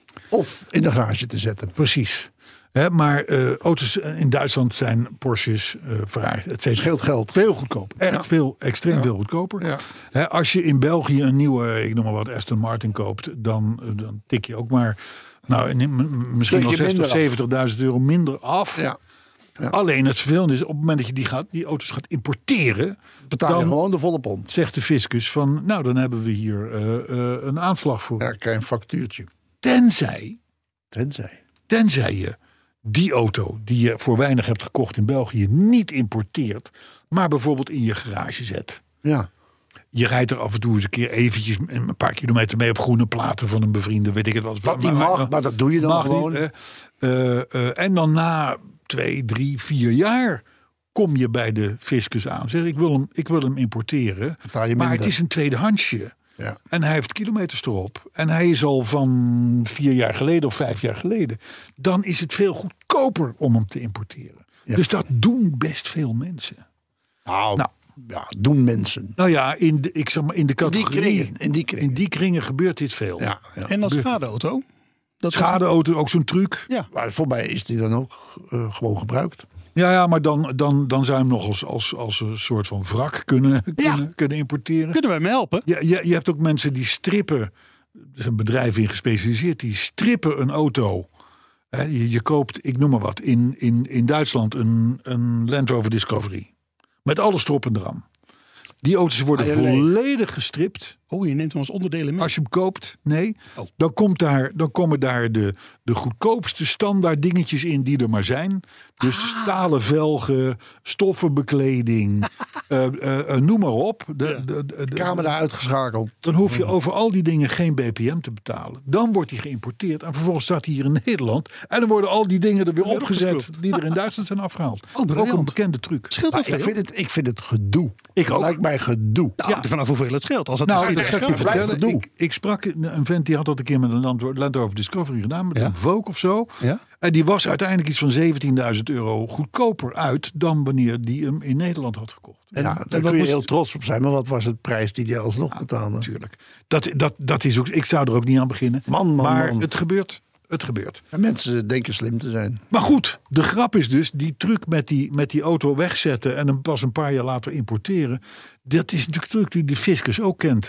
Of in de garage te zetten. Precies. He, maar uh, auto's in Duitsland zijn Porsches, uh, Ferrari, et cetera. Scheelt geld. Veel goedkoper. Echt Ja. veel, extreem Ja. veel goedkoper. Ja. He, als je in België een nieuwe, ik noem maar wat, Aston Martin koopt, dan, uh, dan tik je ook maar, nou, in- m- misschien wel Stukje zestig, minder af. zeventigduizend euro minder af. Ja. Ja. Alleen het vervelende is, op het moment dat je die, gaat, die auto's gaat importeren, Betaal je dan gewoon de volle pond. zegt de fiscus van, nou, dan hebben we hier uh, uh, een aanslag voor. Ja, krijg je een factuurtje. Tenzij, Tenzij. tenzij je die auto die je voor weinig hebt gekocht in België niet importeert, maar bijvoorbeeld in je garage zet. Ja. Je rijdt er af en toe eens een keer eventjes een paar kilometer mee op groene platen van een bevriende, weet ik het wat. Wat niet mag, maar dat doe je dan mag gewoon. niet, uh, uh, en dan na twee, drie, vier jaar kom je bij de fiscus aan. Zeg, ik wil hem, ik wil hem importeren, Betaal je maar minder. het is een tweedehandsje. Ja. En hij heeft kilometers erop. En hij is al van vier jaar geleden of vijf jaar geleden. Dan is het veel goedkoper om hem te importeren. Ja. Dus dat doen best veel mensen. Nou, Nou. ja, doen mensen. Nou ja, in de, ik zeg maar in de In die categorie. kringen. In die kringen. in die kringen gebeurt dit veel. Ja, ja. En als schadeauto? Dat is- Schadeauto, ook zo'n truc. Ja. Maar voor mij is die dan ook uh, gewoon gebruikt. Ja, ja, maar dan, dan, dan zou je hem nog als, als, als een soort van wrak kunnen, kunnen, kunnen importeren. Kunnen wij me helpen? Ja, je, je hebt ook mensen die strippen. Er is een bedrijf in gespecialiseerd. Die strippen een auto. Hè, je, je koopt, ik noem maar wat, in, in, in Duitsland een, een Land Rover Discovery. Met alles erop en eraan. Die auto's worden Ah, ja, nee. volledig gestript. Oh, je neemt hem als onderdelen mee. Als je hem koopt, nee. Oh. Dan, komt daar, dan komen daar de, de goedkoopste standaard dingetjes in die er maar zijn. Dus Ah. stalen velgen, stoffenbekleding, uh, uh, uh, noem maar op. De, Ja. de, de, de- Camera uitgeschakeld. dan hoef je over al die dingen geen B P M te betalen. Dan wordt die geïmporteerd en vervolgens staat hij hier in Nederland. En dan worden al die dingen er weer Weer opgezet opgeschroefd. die er in Duitsland zijn afgehaald. Ook briljant. een bekende truc. Scheelt Maar dat ik, veel? vind het, ik vind het gedoe. Ik Het ook. lijkt mij gedoe. Nou, vanaf hoeveel het scheelt. Als het Nou, misschien dat zal ik je scheelt. blijft vertellen. gedoe. Ik, ik sprak een vent die had dat een keer met een Land, Land Rover Discovery gedaan. Met Ja. een Vogue of zo. Ja? En die was uiteindelijk iets van zeventienduizend euro goedkoper uit dan wanneer die hem in Nederland had gekocht. Ja, daar wat kun je moest- heel trots op zijn. Maar wat was het prijs die hij alsnog betaalde? Natuurlijk. Dat, dat, dat is ook, ik zou er ook niet aan beginnen. Man, man, maar man. het gebeurt. Het gebeurt. En mensen denken slim te zijn. Maar goed, de grap is dus, die truc met die, met die auto wegzetten en hem pas een paar jaar later importeren. Dat is natuurlijk een truc die de fiscus ook kent.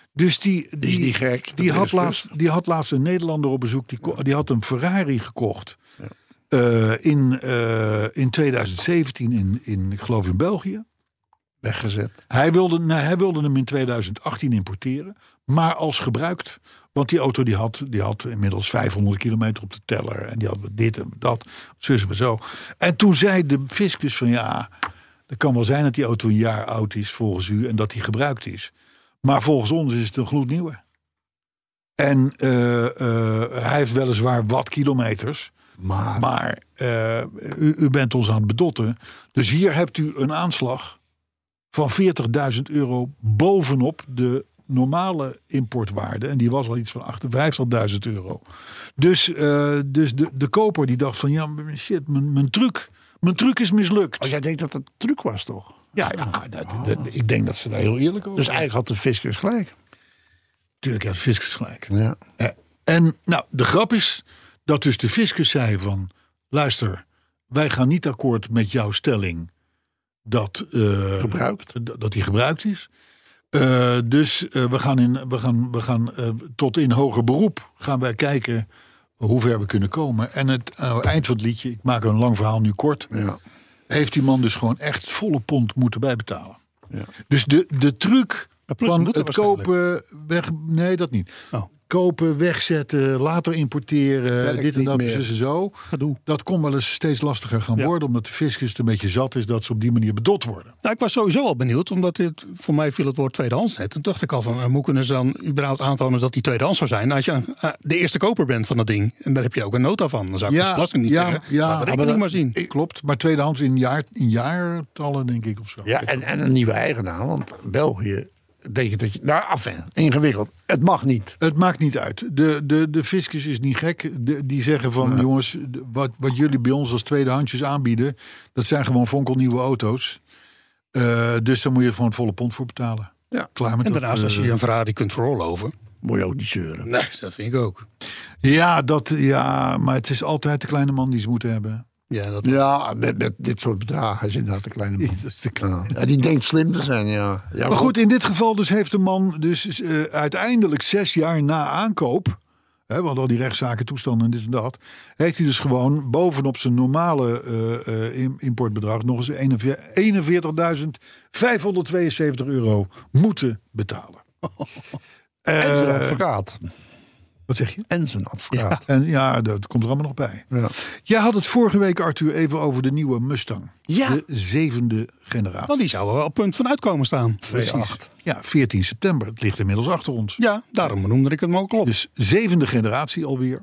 Dus die, die, Die is niet gek. Die Dat had, is laatst, die had laatst een Nederlander op bezoek. Die, ko- die had een Ferrari gekocht. Ja. Uh, in, uh, in twintig zeventien in, in, ik geloof in België. Weggezet. Hij wilde, nou, hij wilde hem in twintig achttien importeren. Maar als gebruikt. Want die auto die had, die had inmiddels vijfhonderd kilometer op de teller. En die had dit en dat. Zussen we zo. En toen zei de fiscus van ja... Het kan wel zijn dat die auto een jaar oud is volgens u. En dat die gebruikt is. Maar volgens ons is het een gloednieuwe. En uh, uh, hij heeft weliswaar wat kilometers. Maar, maar uh, u, u bent ons aan het bedotten. Dus hier hebt u een aanslag van veertigduizend euro bovenop de normale importwaarde. En die was al iets van achtenvijftigduizend euro. Dus, uh, dus de, de koper die dacht van ja, shit, mijn, mijn truc. Mijn truc is mislukt. Oh, jij denkt dat het truc was toch? Ja, ja dat, dat, ik denk dat ze daar heel eerlijk over Dus eigenlijk had de fiscus gelijk. Tuurlijk had de fiscus gelijk. Ja. En nou, de grap is dat dus de fiscus zei van... luister, wij gaan niet akkoord met jouw stelling dat, uh, gebruikt. d- dat die gebruikt is. Uh, dus uh, we gaan, in, we gaan, we gaan uh, tot in hoger beroep gaan wij kijken hoe ver we kunnen komen. En het uh, eind van het liedje, ik maak een lang verhaal nu kort... Ja. heeft die man dus gewoon echt het volle pond moeten bijbetalen. Ja. Dus de, de truc van moeten het kopen, weg, nee dat niet. Oh. Kopen, wegzetten, later importeren, Werkt dit en niet dat, meer. dus en zo. Gedoe. Dat kon wel eens steeds lastiger gaan Ja. worden, omdat de fiscus het een beetje zat is dat ze op die manier bedot worden. Nou, ik was sowieso al benieuwd, omdat dit, voor mij viel het woord tweedehands net. En toen dacht ik al van, hoe kunnen ze dan überhaupt aantonen dat die tweedehands zou zijn? Als je uh, de eerste koper bent van dat ding, en daar heb je ook een nota van. Dan zou ik Ja, de belasting niet ja, zeggen. ja, Laat de maar rekening maar, dat- zien. Klopt, maar tweedehands in, jaar, in jaartallen denk ik of zo. Ja, en, en een nieuwe eigenaar. Want België denk ik dat je... Nou, enfin, ingewikkeld. Het mag niet. Het maakt niet uit. De, de, de fiscus is niet gek. De, die zeggen van, Ja. jongens, de- wat, wat jullie bij ons als tweedehandsjes aanbieden... dat zijn gewoon fonkelnieuwe auto's. Uh, dus daar moet je gewoon het volle pond voor betalen. Ja. Klaar met En dat, daarnaast, als je uh, een Ferrari kunt veroorloven. Moet je ook niet zeuren. Nee, dat vind ik ook. Ja, dat, ja, maar het is altijd de kleine man die ze moeten hebben. Ja, dat Ja, met, met dit soort bedragen is inderdaad een kleine man. Dat is de kleine- Ja. Ja, die denkt slim te zijn, ja. ja Maar goed, in dit geval dus heeft de man dus uh, uiteindelijk zes jaar na aankoop... Hè, we hadden al die rechtszaken, toestanden en dit en dat... heeft hij dus gewoon bovenop zijn normale uh, uh, importbedrag... nog eens eenenveertigduizend vijfhonderdtweeënzeventig euro moeten betalen. En zijn Uh, advocaat. wat zeg je? En zijn advocaat. En ja, dat komt er allemaal nog bij. Ja. Jij had het vorige week, Arthur, even over de nieuwe Mustang. Ja. De zevende generatie. Want die zouden wel op punt van uitkomen staan. V acht. Ja, veertien september. Het ligt inmiddels achter ons. Ja, daarom noemde ik het ook al op. Dus zevende generatie alweer.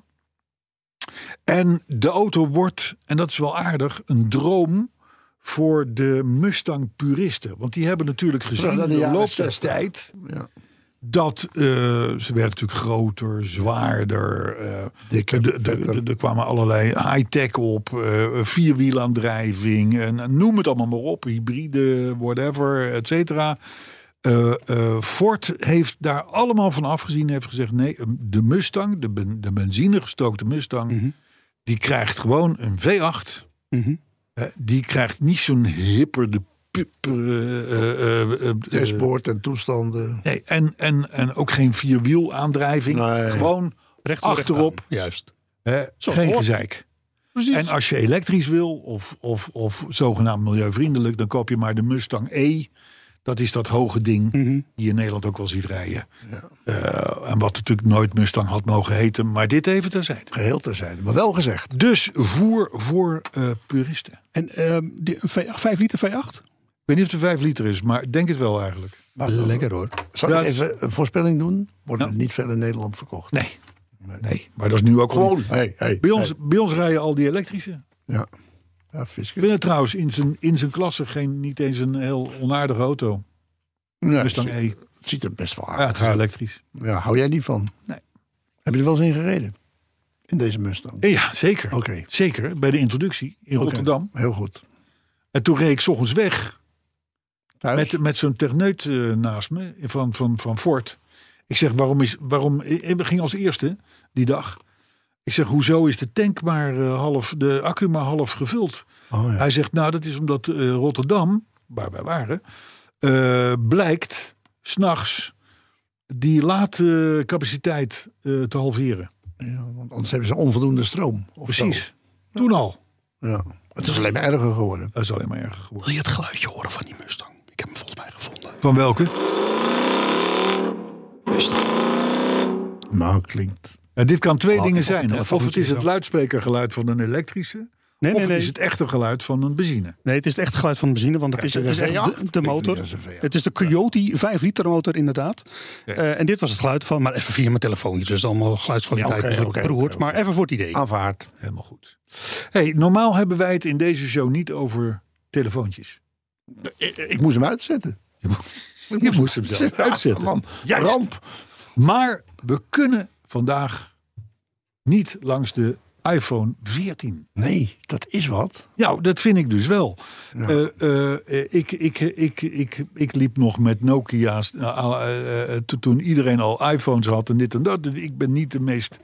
En de auto wordt, en dat is wel aardig, een droom voor de Mustang-puristen. Want die hebben natuurlijk gezien Terug naar de in de jaren loop der zestig. tijd... Ja. dat uh, ze werden natuurlijk groter, zwaarder. Uh, Dikker, de- de- de- de- Er kwamen allerlei high-tech op. Uh, vierwielaandrijving. En noem het allemaal maar op. Hybride, whatever, et cetera. Uh, uh, Ford heeft daar allemaal van afgezien. Heeft gezegd nee, de Mustang, de, ben, de benzinegestookte Mustang... Mhm. die krijgt gewoon een V acht. Mhm. Uh, die krijgt niet zo'n hipper de pup, uh, uh, uh, uh, Dashboard en toestanden. Nee, en, en, en ook geen vierwielaandrijving. Nee. Gewoon Recht toe, recht achterop. aan. Juist. hè, Zo geen hoort. gezeik. Precies. En als je elektrisch wil of, of, of zogenaamd milieuvriendelijk... dan koop je maar de Mustang E. Dat is dat hoge ding Mhm. die je in Nederland ook wel ziet rijden. Uh, en wat natuurlijk nooit Mustang had mogen heten. Maar dit even terzijde. Geheel terzijde. Maar wel gezegd. Dus voer voor uh, puristen. En uh, die, v, vijf liter V acht? Ik weet niet of het vijf liter is, maar ik denk het wel eigenlijk. Maar Lekker hoor. Zal Ja, ik even een voorspelling doen? Worden Ja. er niet veel in Nederland verkocht. Nee, nee, maar dat is nu ook al- Gewoon. Hey, hey, Bij ons, hey. bij ons rijden al die elektrische. Ja. Ja, Ik fiscus. vind het trouwens in zijn, in zijn klasse geen, niet eens een heel onaardige auto. Ja, Mustang E. Het ziet er best wel Ja, aardig het is uit. elektrisch. Ja, hou jij niet van? Nee. Heb je er wel eens in gereden? In deze Mustang? Ja, zeker. Oké. Zeker, bij de introductie in Oké. Rotterdam. Heel goed. En toen reed ik 's ochtends weg Thuis? met, met zo'n techneut eh, naast me van, van, van Ford. Ik zeg, waarom is... Waarom, ik ging als eerste die dag. Ik zeg, hoezo is de tank maar eh, half... de accu maar half gevuld? Oh, ja. Hij zegt, nou, dat is omdat eh, Rotterdam, waar wij waren... eh, blijkt, 's nachts die laadcapaciteit uh, te halveren. Ja, want anders hebben ze onvoldoende stroom. Of Precies. Zo. Toen al. Ja. Het is alleen maar erger geworden. Het is alleen maar erger geworden. Wil je het geluidje horen van die Mustang? Ik heb hem volgens mij gevonden. Van welke? Mustang. Nou, klinkt... Ja, dit kan twee Oh, dingen ik heb zijn. een Hè? Of het is telefoontje het zo. luidsprekergeluid van een elektrische. Nee, of nee, het nee. is het echte geluid van een benzine. Nee, het is het echte geluid van de benzine, want het is, het is echt de, de motor. Het is de Coyote vijf liter motor inderdaad. Ja. Uh, en dit was het geluid van, maar even via mijn telefoontje. Dus allemaal geluidskwaliteit Ja, oké, okay, oké, beroerd. oké, Maar even voor het idee. Aanvaard. Helemaal goed. Hey, normaal hebben wij het in deze show niet over telefoontjes. Ik, ik moest hem uitzetten. Je moest hem zelf uitzetten. Man, Juist. ramp. Maar we kunnen vandaag niet langs de iPhone veertien. Nee, dat is wat. Ja, dat vind ik dus wel. Ja. Uh, uh, ik, ik, ik, ik, ik liep nog met Nokia's uh, uh, uh, toen iedereen al iPhones had en dit en dat. Ik ben niet de meest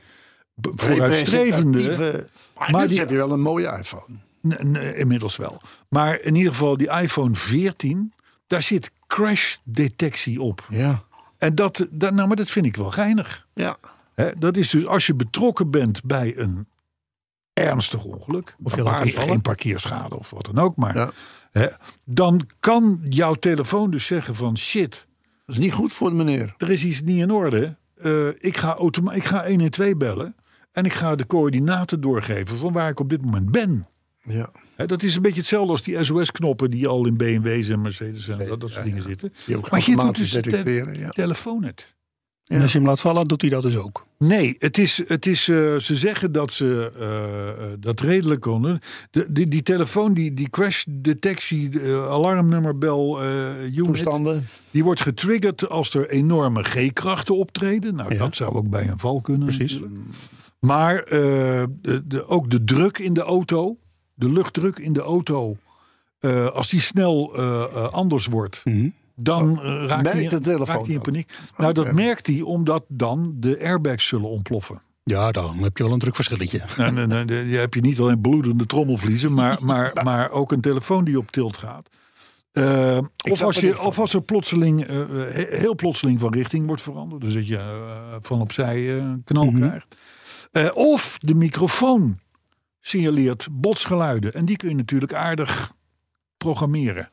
vooruitstrevende. Maar, maar nu die heb je wel een mooie iPhone. N- n- inmiddels wel. Maar in ieder geval die iPhone veertien, daar zit crash detectie op. Ja. En dat, dat, nou, maar dat vind ik wel geinig. Ja. Hè, dat is dus als je betrokken bent bij een ernstig ongeluk, Of je waar laat je vallen. geen parkeerschade of wat dan ook, maar Ja. hè, dan kan jouw telefoon dus zeggen van shit, Dat is niet goed voor de meneer. er is iets niet in orde. Uh, ik, ga automa- ik ga honderdtwaalf bellen en ik ga de coördinaten doorgeven van waar ik op dit moment ben. Ja. Hè, dat is een beetje hetzelfde als die S O S-knoppen die al in B M W's en Mercedes en dat, dat soort dingen zitten. Die ook Maar je doet automatisch dus de detecteren. Ja. telefoon het. En als je hem laat vallen, doet hij dat dus ook. Nee, het is, het is, uh, ze zeggen dat ze uh, uh, dat redelijk konden. De, die, die telefoon, die, die crash detectie, uh, alarmnummerbel uh, unit, Toestanden. die wordt getriggerd als er enorme G-krachten optreden. Nou, Ja. dat zou ook bij een val kunnen. Precies. Natuurlijk. Maar uh, de, de, ook de druk in de auto, de luchtdruk in de auto, uh, als die snel uh, uh, anders wordt. Mm-hmm. Dan uh, raakt hij Merkt de telefoon raakt hij in dat? paniek. Nou, Oké. dat merkt hij omdat dan de airbags zullen ontploffen. Ja, dan heb je wel een druk verschilletje. En, en, en, je hebt je niet alleen bloedende trommelvliezen, maar, maar, maar ook een telefoon die op tilt gaat. Uh, of, snap als er je, niet van. of als er plotseling, uh, he- heel plotseling van richting wordt veranderd. Dus dat je uh, van opzij uh, een knal Mhm. krijgt. Uh, of de microfoon signaleert botsgeluiden. En die kun je natuurlijk aardig programmeren.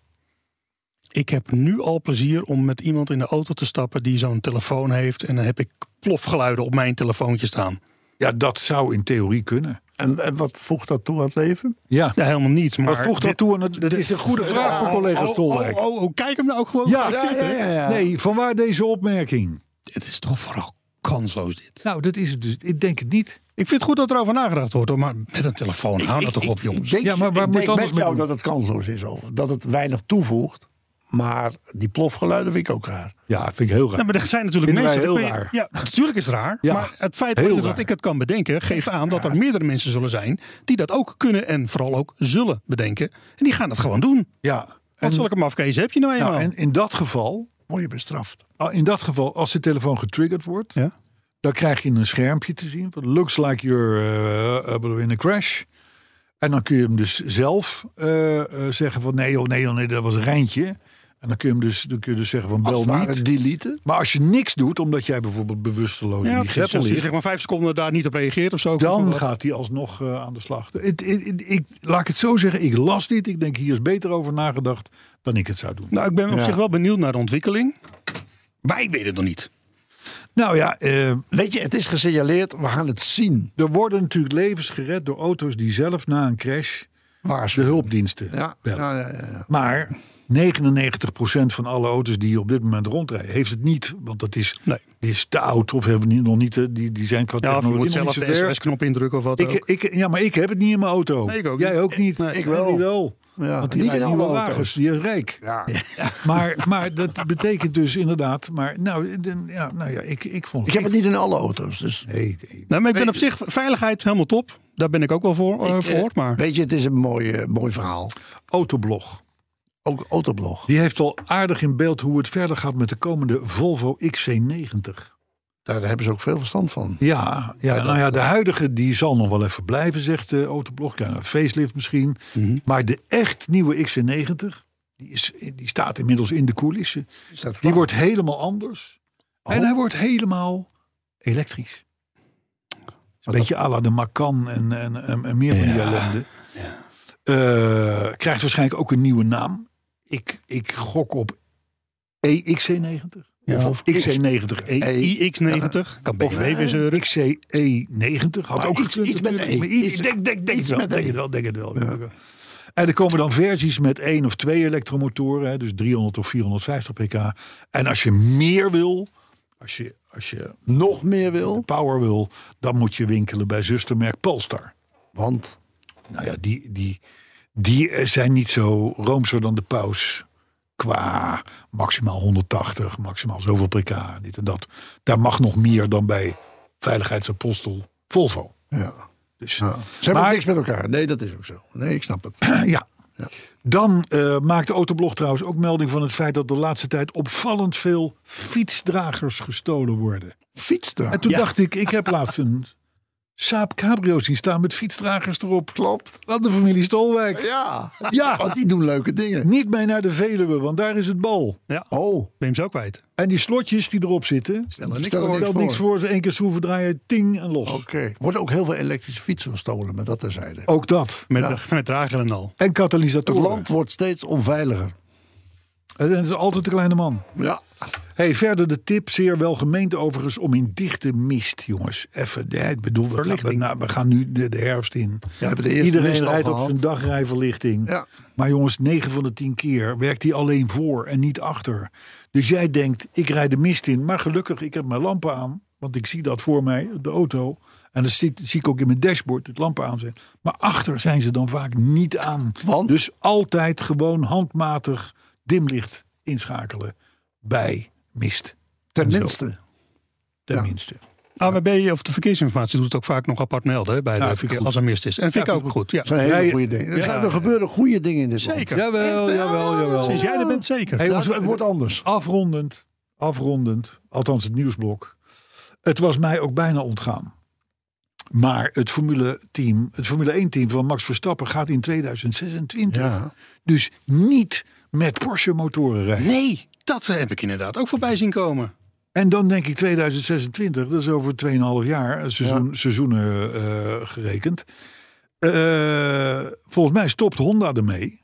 Ik heb nu al plezier om met iemand in de auto te stappen die zo'n telefoon heeft. En dan heb ik plofgeluiden op mijn telefoontje staan. Ja, dat zou in theorie kunnen. En, en wat voegt dat toe aan het leven? Ja. Ja, helemaal niet. Maar Wat voegt dat dit- toe? aan het- Dat is een goede vraag voor collega Oh, Stolwijk. Oh, oh, oh, kijk hem nou ook gewoon Ja, goed ja, zitten. ja, ja. Nee, vanwaar deze opmerking? Het is toch vooral kansloos dit. Nou, dat is het dus. Ik denk het niet. Ik vind het goed dat er over nagedacht wordt, hoor, maar met een telefoon, hou dat toch op, jongens. Ik denk, Ja, maar waar ik moet denk anders met mee jou doen? dat het kansloos is. Of dat het weinig toevoegt. Maar die plofgeluiden vind ik ook raar. Ja, vind ik heel raar. Ja, maar er zijn natuurlijk Vinden wij mensen... heel dat ben je- Ja, natuurlijk is het raar. Ja, maar het feit heel dat raar. ik het kan bedenken... geeft aan dat er meerdere mensen zullen zijn... die dat ook kunnen en vooral ook zullen bedenken. En die gaan dat gewoon doen. Ja, Wat en, zulke mafkezen heb je nou eenmaal? nou, en in dat geval, Word je bestraft. in dat geval, als de telefoon getriggerd wordt, Ja? dan krijg je een schermpje te zien. Van looks like you're uh, in a crash. En dan kun je hem dus zelf uh, uh, zeggen van nee, oh nee, oh nee, dat was een Rijntje. En dan kun je hem dus, dan kun je dus zeggen van bel Als het ware niet. deleten. Maar als je niks doet, omdat jij bijvoorbeeld bewusteloos in Ja, die precies. greppel Als je ligt, zeg maar vijf seconden daar niet op reageert of zo. dan gaat hij alsnog uh, aan de slag. Ik, ik, ik, laat ik het zo zeggen, ik las dit. Ik denk, hier is beter over nagedacht dan ik het zou doen. Nou, ik ben op Ja. zich wel benieuwd naar de ontwikkeling. Maar ik weet het nog niet. Nou ja, uh, Weet je, het is gesignaleerd. We gaan het zien. er worden natuurlijk levens gered door auto's die zelf na een crash Waar de hulpdiensten Ja, bellen. ja, ja, ja, ja. Maar negenennegentig procent van alle auto's die op dit moment rondrijden, heeft het niet. Want dat is, Nee. die is te oud of hebben niet, nog niet, de- die, die zijn qua Ja, of je technologie moet nog zelf niet de zo S O ver. S-knop indrukken of wat ook. Ik, ik, ja, maar ik heb het niet in mijn auto. Nee, ik ook Jij niet. ook niet. Nee, ik wel. wel. wel. Ja, Want die niet rijdt in nieuwe alle wagens. auto's. Die is rijk. Ja. Maar, maar dat betekent dus inderdaad. Maar nou, de- ja, nou ja, ik, ik vond Ik heb het niet in alle auto's. Dus Nee, nee. Nou, maar ik ben op zich veiligheid helemaal top. Daar ben ik ook wel voor. eh, Ik, eh, voor maar Weet je, het is een mooi, eh, mooi verhaal. Autoblog. Ook Autoblog. Die heeft al aardig in beeld hoe het verder gaat met de komende Volvo X C negentig. Daar hebben ze ook veel verstand van. Ja, ja, nou ja, de huidige die zal nog wel even blijven, zegt de Autoblog. Ja, een facelift misschien. Mhm. Maar de echt nieuwe X C negentig, die, is, die staat inmiddels in de coulissen. Is dat Die waar? wordt helemaal anders. Oh. En hij wordt helemaal elektrisch. Een beetje à la de Macan en, en, en, en meer van die Ja. ellende. Uh, krijgt waarschijnlijk ook een nieuwe naam. Ik, ik gok op E X C negentig. Ja. Of, of X C negentig E. I X negentig. Kan B M W weer zeuren. X C E negentig. Had Maar ook iets- gekund iets met natuurlijk. E. Maar iets- Iets- Denk, denk, denk, iets het wel, met denk E. het wel. Denk het wel. Denk het wel. En er komen dan versies met één of twee elektromotoren. Hè, dus driehonderd of vierhonderdvijftig pk. En als je meer wil... Als je, als je Nog meer wil. power wil... dan moet je winkelen bij zustermerk Polestar. Want Nou ja, die, die, die zijn niet zo roomser dan de paus. Qua maximaal honderdtachtig, maximaal zoveel pk, dit en dat. Daar mag nog meer dan bij veiligheidsapostel Volvo. ja. Dus, Ja. Ze hebben maar- niks met elkaar. Nee, dat is ook zo. Nee, ik snap het. ja. Dan uh, maakt de Autoblog trouwens ook melding van het feit... dat de laatste tijd opvallend veel fietsdragers gestolen worden. Fietsdrager. En toen Ja. dacht ik, ik heb laatst een Saab Cabrio zien staan met fietsdragers erop. Klopt. Wat de familie Stolwijk. Ja. Ja. Want die doen leuke dingen. Niet mee naar de Veluwe, want daar is het bal. Ja. Oh. Ben je hem zo kwijt? En die slotjes die erop zitten, Stellen niks Stellen voor. niks stelt niks voor. voor. Ze één keer schroeven draaien, ting en los. Oké. Er worden ook heel veel elektrische fietsen gestolen, met dat terzijde. Ook dat. Met, met drager en al. En Het katalysatoren. land wordt steeds onveiliger. En het is altijd de kleine man. Ja. Hey, verder de tip, zeer welgemeend overigens, om in dichte mist, jongens. Even, ja, ik bedoel, we gaan, we, nou, we gaan nu de, de herfst in. We hebben de eerste Iedereen mist al rijdt op gehad. zijn dagrijverlichting. Ja. Maar jongens, negen van de tien keer werkt hij alleen voor en niet achter. Dus jij denkt, ik rijd de mist in. Maar gelukkig, ik heb mijn lampen aan. Want ik zie dat voor mij, de auto. En dat zie, zie ik ook in mijn dashboard, het lampen aan zijn. Maar achter zijn ze dan vaak niet aan. Want? Dus altijd gewoon handmatig dimlicht inschakelen bij mist. Tenminste. Tenminste. A W B of de verkeersinformatie doet het ook vaak nog apart melden hè, bij Ja, de vind ik verkeer, goed. als er mist is. En vind Ja, ik vind ook ik goed. Ja. Dat zijn hele Ja, goede dingen. Er, ja. zijn, er gebeuren goede dingen in dit land. Zeker. Jawel, jawel, jawel. Sinds jij er bent, zeker. Hey, Ja, jongens, het wordt anders. Afrondend, afrondend, althans het nieuwsblok. Het was mij ook bijna ontgaan. Maar het Formule team, het Formule één team van Max Verstappen gaat in tweeduizend zesentwintig Ja. dus niet met Porsche motoren rijden. Nee, dat heb ik inderdaad ook voorbij zien komen. En dan denk ik tweeduizend zesentwintig, dat is over twee komma vijf jaar, een seizoen, seizoenen uh, gerekend. Uh, volgens mij stopt Honda ermee.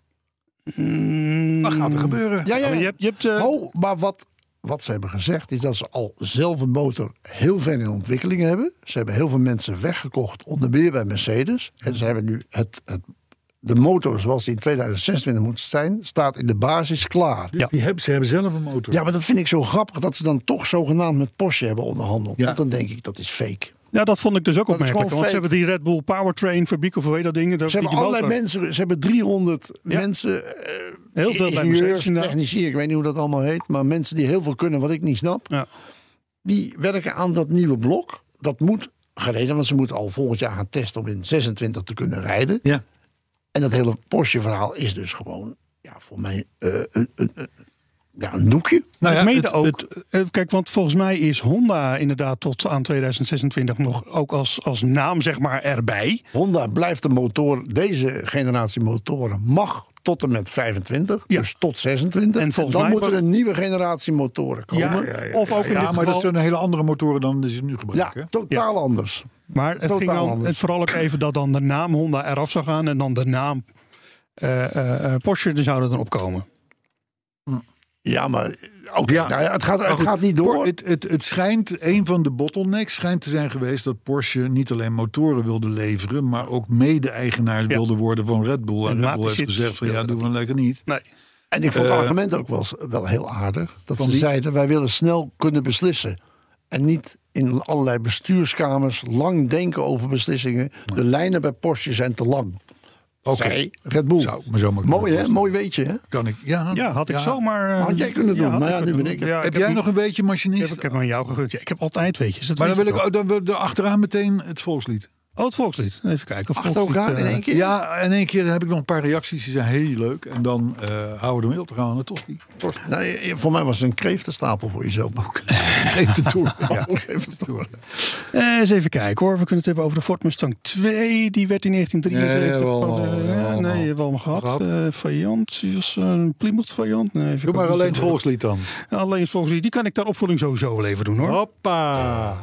Mm, Wat gaat er gebeuren? Ja, ja. Maar je hebt, je hebt, uh, Oh, maar wat, wat ze hebben gezegd is dat ze al zelf een motor heel ver in ontwikkeling hebben. Ze hebben heel veel mensen weggekocht, onder meer bij Mercedes. En ze hebben nu het, het, de motor zoals die in tweeduizend zesentwintig moet zijn, staat in de basis klaar. Ja. Die hebben, ze hebben zelf een motor. Ja, maar dat vind ik zo grappig dat ze dan toch zogenaamd met Porsche hebben onderhandeld. Ja. Want dan denk ik dat is fake. ja, dat vond ik dus ook Dat is opmerkelijk. gewoon Want ze fake. hebben die Red Bull Powertrain fabriek of hoe heet dat ding. Ze hebben allerlei mensen, ze hebben driehonderd Ja. mensen, Heel veel bij ingenieurs, Mercedes inderdaad. technici, ik weet niet hoe dat allemaal heet, maar mensen die heel veel kunnen wat ik niet snap. Ja. Die werken aan dat nieuwe blok. Dat moet gereden, want ze moeten al volgend jaar gaan testen om in zesentwintig te kunnen rijden. Ja. En dat hele Porsche-verhaal is dus gewoon, ja, voor mij uh, een, een, een, ja, een doekje. Nou ja, Mede het- ook. het- eh, kijk, want volgens mij is Honda inderdaad tot aan tweeduizend zesentwintig nog ook als, als naam zeg maar erbij. Honda blijft de motor, deze generatie motoren mag tot en met vijfentwintig, Ja. dus tot zesentwintig. En En, volgens dan mij moet er wa- een nieuwe generatie motoren komen. Ja, Ja, of ook in ja, dit maar geval. dat zijn hele andere motoren dan die ze nu gebruiken. totaal anders. Maar het Totaal ging dan anders. het vooral ook even dat dan de naam Honda eraf zou gaan en dan de naam eh, eh, eh, Porsche er zou er dan opkomen. Ja, maar oké, Ja. nou ja, het, gaat, Maar het goed, gaat niet door. Por- Het, het, het schijnt, een van de bottlenecks schijnt te zijn geweest dat Porsche niet alleen motoren wilde leveren, maar ook mede-eigenaars Ja. wilde worden van Red Bull. En, En Red Bull heeft wapenzit gezegd van ja, speelde doen we lekker niet. Nee. En ik vond het Eh, argument ook wel, wel heel aardig. Dat van ze wie? zeiden, wij willen snel kunnen beslissen. En niet in allerlei bestuurskamers lang denken over beslissingen. De lijnen bij Porsche zijn te lang. Oké, Zei Red Bull. zou ik me zo maar Mooi hè, kunnen mooi weet je hè. Kan ik? Ja, Ja, had ik zomaar. eh, Had jij kunnen doen, had maar ik ja, nu kunnen ben ik doen. het. Ja, Heb ik jij nu- nog een beetje ik machinist? heb, ik heb aan jou gegund. Ja, ik heb altijd weetjes. Dat maar dan weet wil je ik toch? ook dan, dan achteraan meteen het volkslied. Oh, het volkslied. Even kijken. Of Achter volkslied, elkaar in eh, één keer. Ja, in één keer heb ik nog een paar reacties. Die zijn heel leuk. En dan uh, houden we ermee op te gaan aan de tosti. Nee, voor mij was het een kreeftenstapel voor jezelf ook. Geef de toer. Ja. Geef de toer. Eh, eens even kijken hoor. We kunnen het hebben over de Ford Mustang twee. Die werd in negentien drieënzeventig. Ja, jawel, pas, eh, jawel, nee, allemaal. hebben we allemaal gehad. Gehad. Uh, variant, die was een Plymouth variant. Nee, vind ik Doe ook maar niet alleen zo het volkslied dan. leuk. Alleen het volkslied, die kan ik ter opvoeding sowieso wel even doen hoor. Hoppa.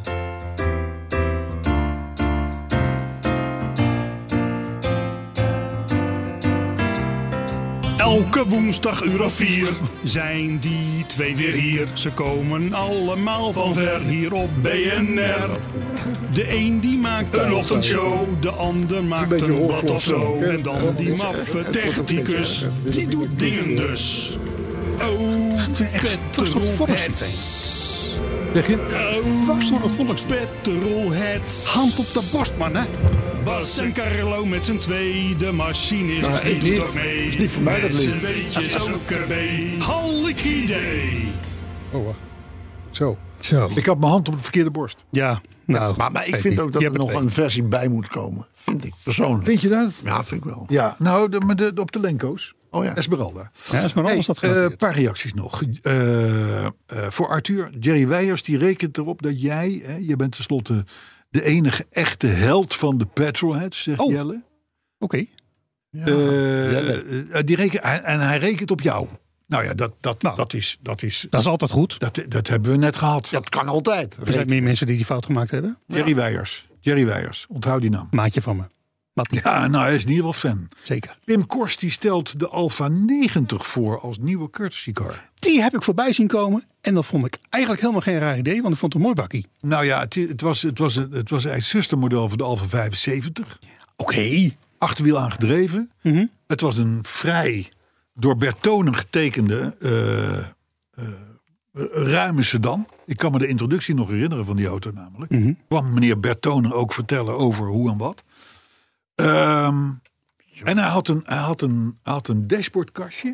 Elke woensdag uur of vier zijn die twee weer hier. Ze komen allemaal van ver hier op B N R. De een die maakt een ochtendshow, de ander maakt beetje een blad hoorvlog of zo. zo. En dan die maffe technicus, die doet dingen dus. Oh, Het zijn echt petrolheads. Zeg je? Oh, dwars door het volkslied. Petrolheads. Hand op de borst, man, hè. Bas en Carlo met z'n twee, de machinist, Nou, die ik doet niet. ook mee. Is niet voor mij, dat Met z'n lied. weetjes ook erbij. Hallik idee. Oh, wacht. Zo. Zo. Ik had mijn hand op de verkeerde borst. Ja, nou. Maar, maar ik weet vind niet. ook dat Je er hebt nog het een versie bij moet komen. Vind ik persoonlijk. Vind je dat? Ja, vind ik wel. Ja, nou, de, maar de, op de Lenko's. Oh ja. Esmeralda. Ja, is maar anders dat Een genoteerd. paar reacties nog. Uh, uh, voor Arthur, Jerry Weijers, die rekent erop dat jij, hè, je bent tenslotte de enige echte held van de Petrolheads, zegt Oh. Jelle. Oké. Ja. Uh, Jelle. uh, die reken, en hij rekent op jou. Nou ja, dat, dat, Nou. dat, is, dat, is, Dat is altijd goed. dat, dat hebben we net gehad. Ja, dat kan altijd. Er zijn meer mensen die die fout gemaakt hebben. Jerry Weijers. Jerry Weijers, onthoud die naam. Maatje van me. Mattie. Ja, nou, hij is in ieder geval fan. Zeker. Pim Kors die stelt de Alfa negentig voor als nieuwe courtesy car. Die heb ik voorbij zien komen. En dat vond ik eigenlijk helemaal geen raar idee. Want ik vond het een mooi bakkie. Nou ja, het, het was, het was, het was het zustermodel van de Alfa vijfenzeventig. Oké. Achterwiel aangedreven. Mhm. Het was een vrij door Bertone getekende uh, uh, ruime sedan. Ik kan me de introductie nog herinneren van die auto namelijk. Mhm. Kwam meneer Bertone ook vertellen over hoe en wat. Um, en hij had, een, hij, had een, hij had een dashboardkastje.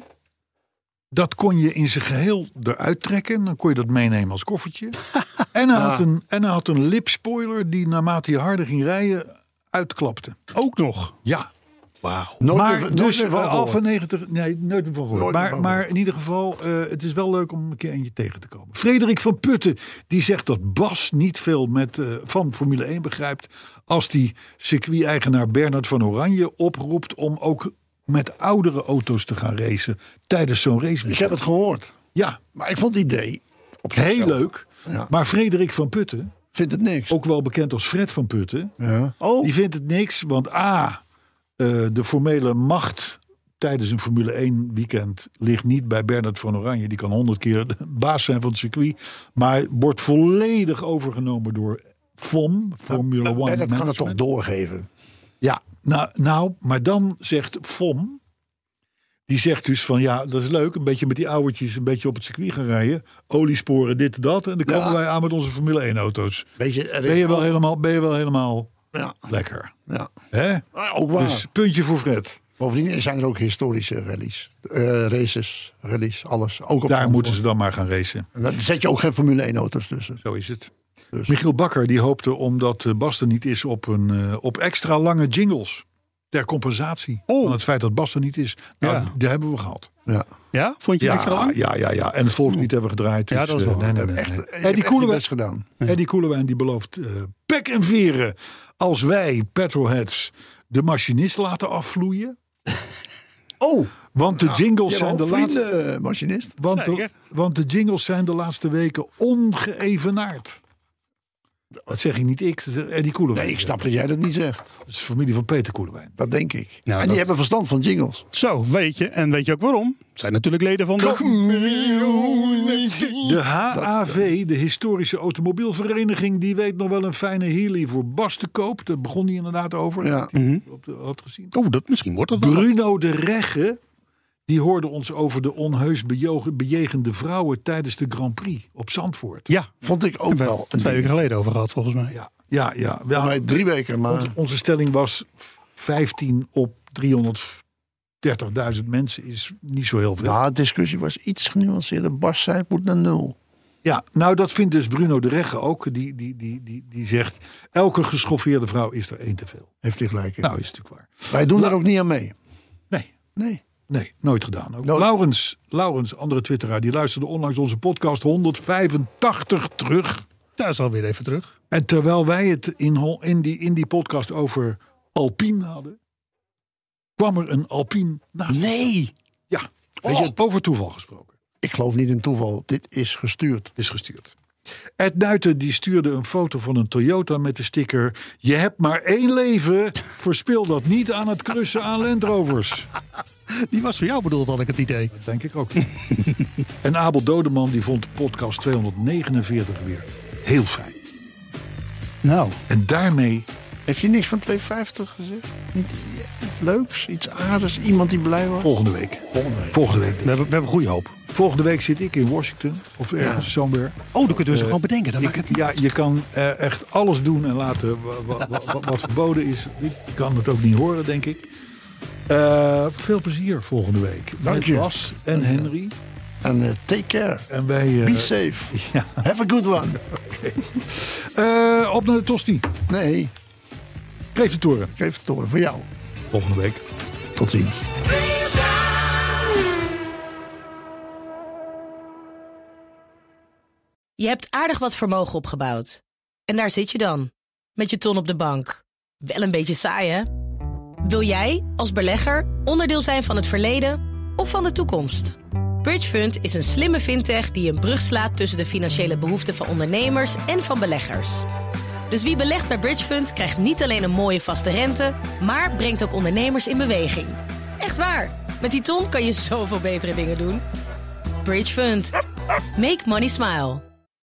Dat kon je in zijn geheel eruit trekken. Dan kon je dat meenemen als koffertje. En hij, had een, en hij had een lipspoiler die naarmate je harder ging rijden uitklapte. Ook nog. Ja. Wauw. Nooit maar meer- nooit dus meer van uh, gehoord. Alfa negentig, nee, nooit meer van gehoord. Nooit meer Maar, van maar gehoord. in ieder geval, uh, het is wel leuk om een keer eentje tegen te komen. Frederik van Putten, die zegt dat Bas niet veel met, uh, van Formule één begrijpt. Als die circuit-eigenaar Bernard van Oranje oproept om ook met oudere auto's te gaan racen tijdens zo'n race. Ik heb het gehoord. Ja, Maar ik vond het idee op heel zichzelf. leuk. Ja. Maar Frederik van Putten, Vindt het niks. ook wel bekend als Fred van Putten, Ja. Oh, die vindt het niks. Want A, uh, de formele macht tijdens een Formule één weekend ligt niet bij Bernard van Oranje. Die kan honderd keer de baas zijn van het circuit. Maar wordt volledig overgenomen door F O M, Formula One en dat kan het toch Management. doorgeven. Ja, nou, nou, maar dan zegt F O M, die zegt dus van ja, dat is leuk. Een beetje met die ouwetjes een beetje op het circuit gaan rijden. Oliesporen, dit, dat. En dan komen Ja. wij aan met onze Formule één auto's. Weet je, er is Ben je wel ook- helemaal, ben je wel helemaal Ja, lekker. ja. Hè? Ah, ook waar. Dus puntje voor Fred. Bovendien zijn er ook historische rallies. Uh, races, rallies, alles. Ook op Daar Zandvoort. moeten ze dan maar gaan racen. En dan zet je ook geen Formule één auto's tussen. Zo is het. Dus. Michiel Bakker die hoopte omdat uh, Bas er niet is op, een, uh, op extra lange jingles. Ter compensatie Oh. van het feit dat Bas er niet is. Nou, Ja. die hebben we gehad. Ja. Ja? Vond je Ja, extra lang? ja, ja, ja. En het volkslied hebben we gedraaid. Dus, Ja, dat is wel uh, nee, nee, waar. nee, Echt, nee. je En hebt die echt koelen je we best gedaan. Eddie Koelewijn die belooft uh, pek en veren als wij Petrolheads de machinist laten afvloeien. Oh, Want de jingles je zijn de hebt laatste. vrienden, eh, machinist. Want de, Zeker. want de jingles zijn de laatste weken ongeëvenaard. Dat zeg ik niet ik, dat zegt Eddie Koelewijn. Nee, ik snap dat jij dat niet zegt. Dat is de familie van Peter Koelewijn. Dat denk ik. Nou, en die dat- hebben verstand van jingles. Zo, weet je. En weet je ook waarom? Het zijn natuurlijk leden van de... De H A V, de historische automobielvereniging, die weet nog wel een fijne Healy voor Bas te koop. Daar begon hij inderdaad over. Ja. Dat hij op de, had gezien. Oh, dat, misschien wordt dat wel. Bruno de Regge, die hoorde ons over de onheus bejogen- bejegende vrouwen tijdens de Grand Prix op Zandvoort. Ja, Vond ik ook hebben wel we een twee ding. weken geleden over gehad volgens mij. Ja, ja, ja. Voor mij drie weken, maar... Onze, onze stelling was vijftien op driehonderddertigduizend mensen is niet zo heel veel. Ja, de discussie was iets genuanceerder. Bas zei het moet naar nul. Ja, nou dat vindt dus Bruno de Regge ook. Die, die, die, die, die zegt, elke geschoffeerde vrouw is er één te veel. Heeft hij gelijk in. Nou, is natuurlijk waar. Wij doen daar ook niet aan mee. Nee, Nee. nee, nooit gedaan. Ook. Nooit. Laurens, Laurens, andere twitteraar, die luisterde onlangs onze podcast honderdvijfentachtig terug. Daar is alweer even terug. En terwijl wij het in, ho- in, die, in die podcast over Alpine hadden, kwam er een Alpine naast. Nee. Ja, Weet je, oh, over toeval gesproken. Ik geloof niet in toeval. Dit is gestuurd. Is gestuurd. Ed Nuiten die stuurde een foto van een Toyota met de sticker... Je hebt maar één leven, verspil dat niet aan het klussen aan Land Rovers. Die was voor jou bedoeld, had ik het idee. Dat denk ik ook. En Abel Dodeman die vond podcast tweehonderdnegenenveertig weer heel fijn. Nou, En daarmee... Heeft hij niks van tweehonderdvijftig gezegd? Niet iets leuks, iets aardigs, iemand die blij was? Volgende week. Volgende week. Volgende week. we hebben, we hebben goede hoop. Volgende week zit ik in Washington. Of ergens Ja. somewhere. Oh, dan kunnen we ze Eh, gewoon bedenken. Dan Je, maakt het niet. ja, je kan eh, echt alles doen en laten wa- wa- wa- wat verboden is. Ik kan het ook niet horen, denk ik. Eh, veel plezier volgende week. Dank Met je. Bas en Henry. En uh, take care. En wij... eh, Be safe. ja. Have a good one. Eh, op naar de Tosti. Nee, Kreef de toren. ik geef het door voor jou. Volgende week. Tot ziens. Je hebt aardig wat vermogen opgebouwd. En daar zit je dan, met je ton op de bank. Wel een beetje saai, hè? Wil jij, als belegger, onderdeel zijn van het verleden of van de toekomst? Bridgefund is een slimme fintech die een brug slaat tussen de financiële behoeften van ondernemers en van beleggers. Dus wie belegt bij Bridgefund krijgt niet alleen een mooie vaste rente, maar brengt ook ondernemers in beweging. Echt waar, met die ton kan je zoveel betere dingen doen. Bridgefund. Make money smile.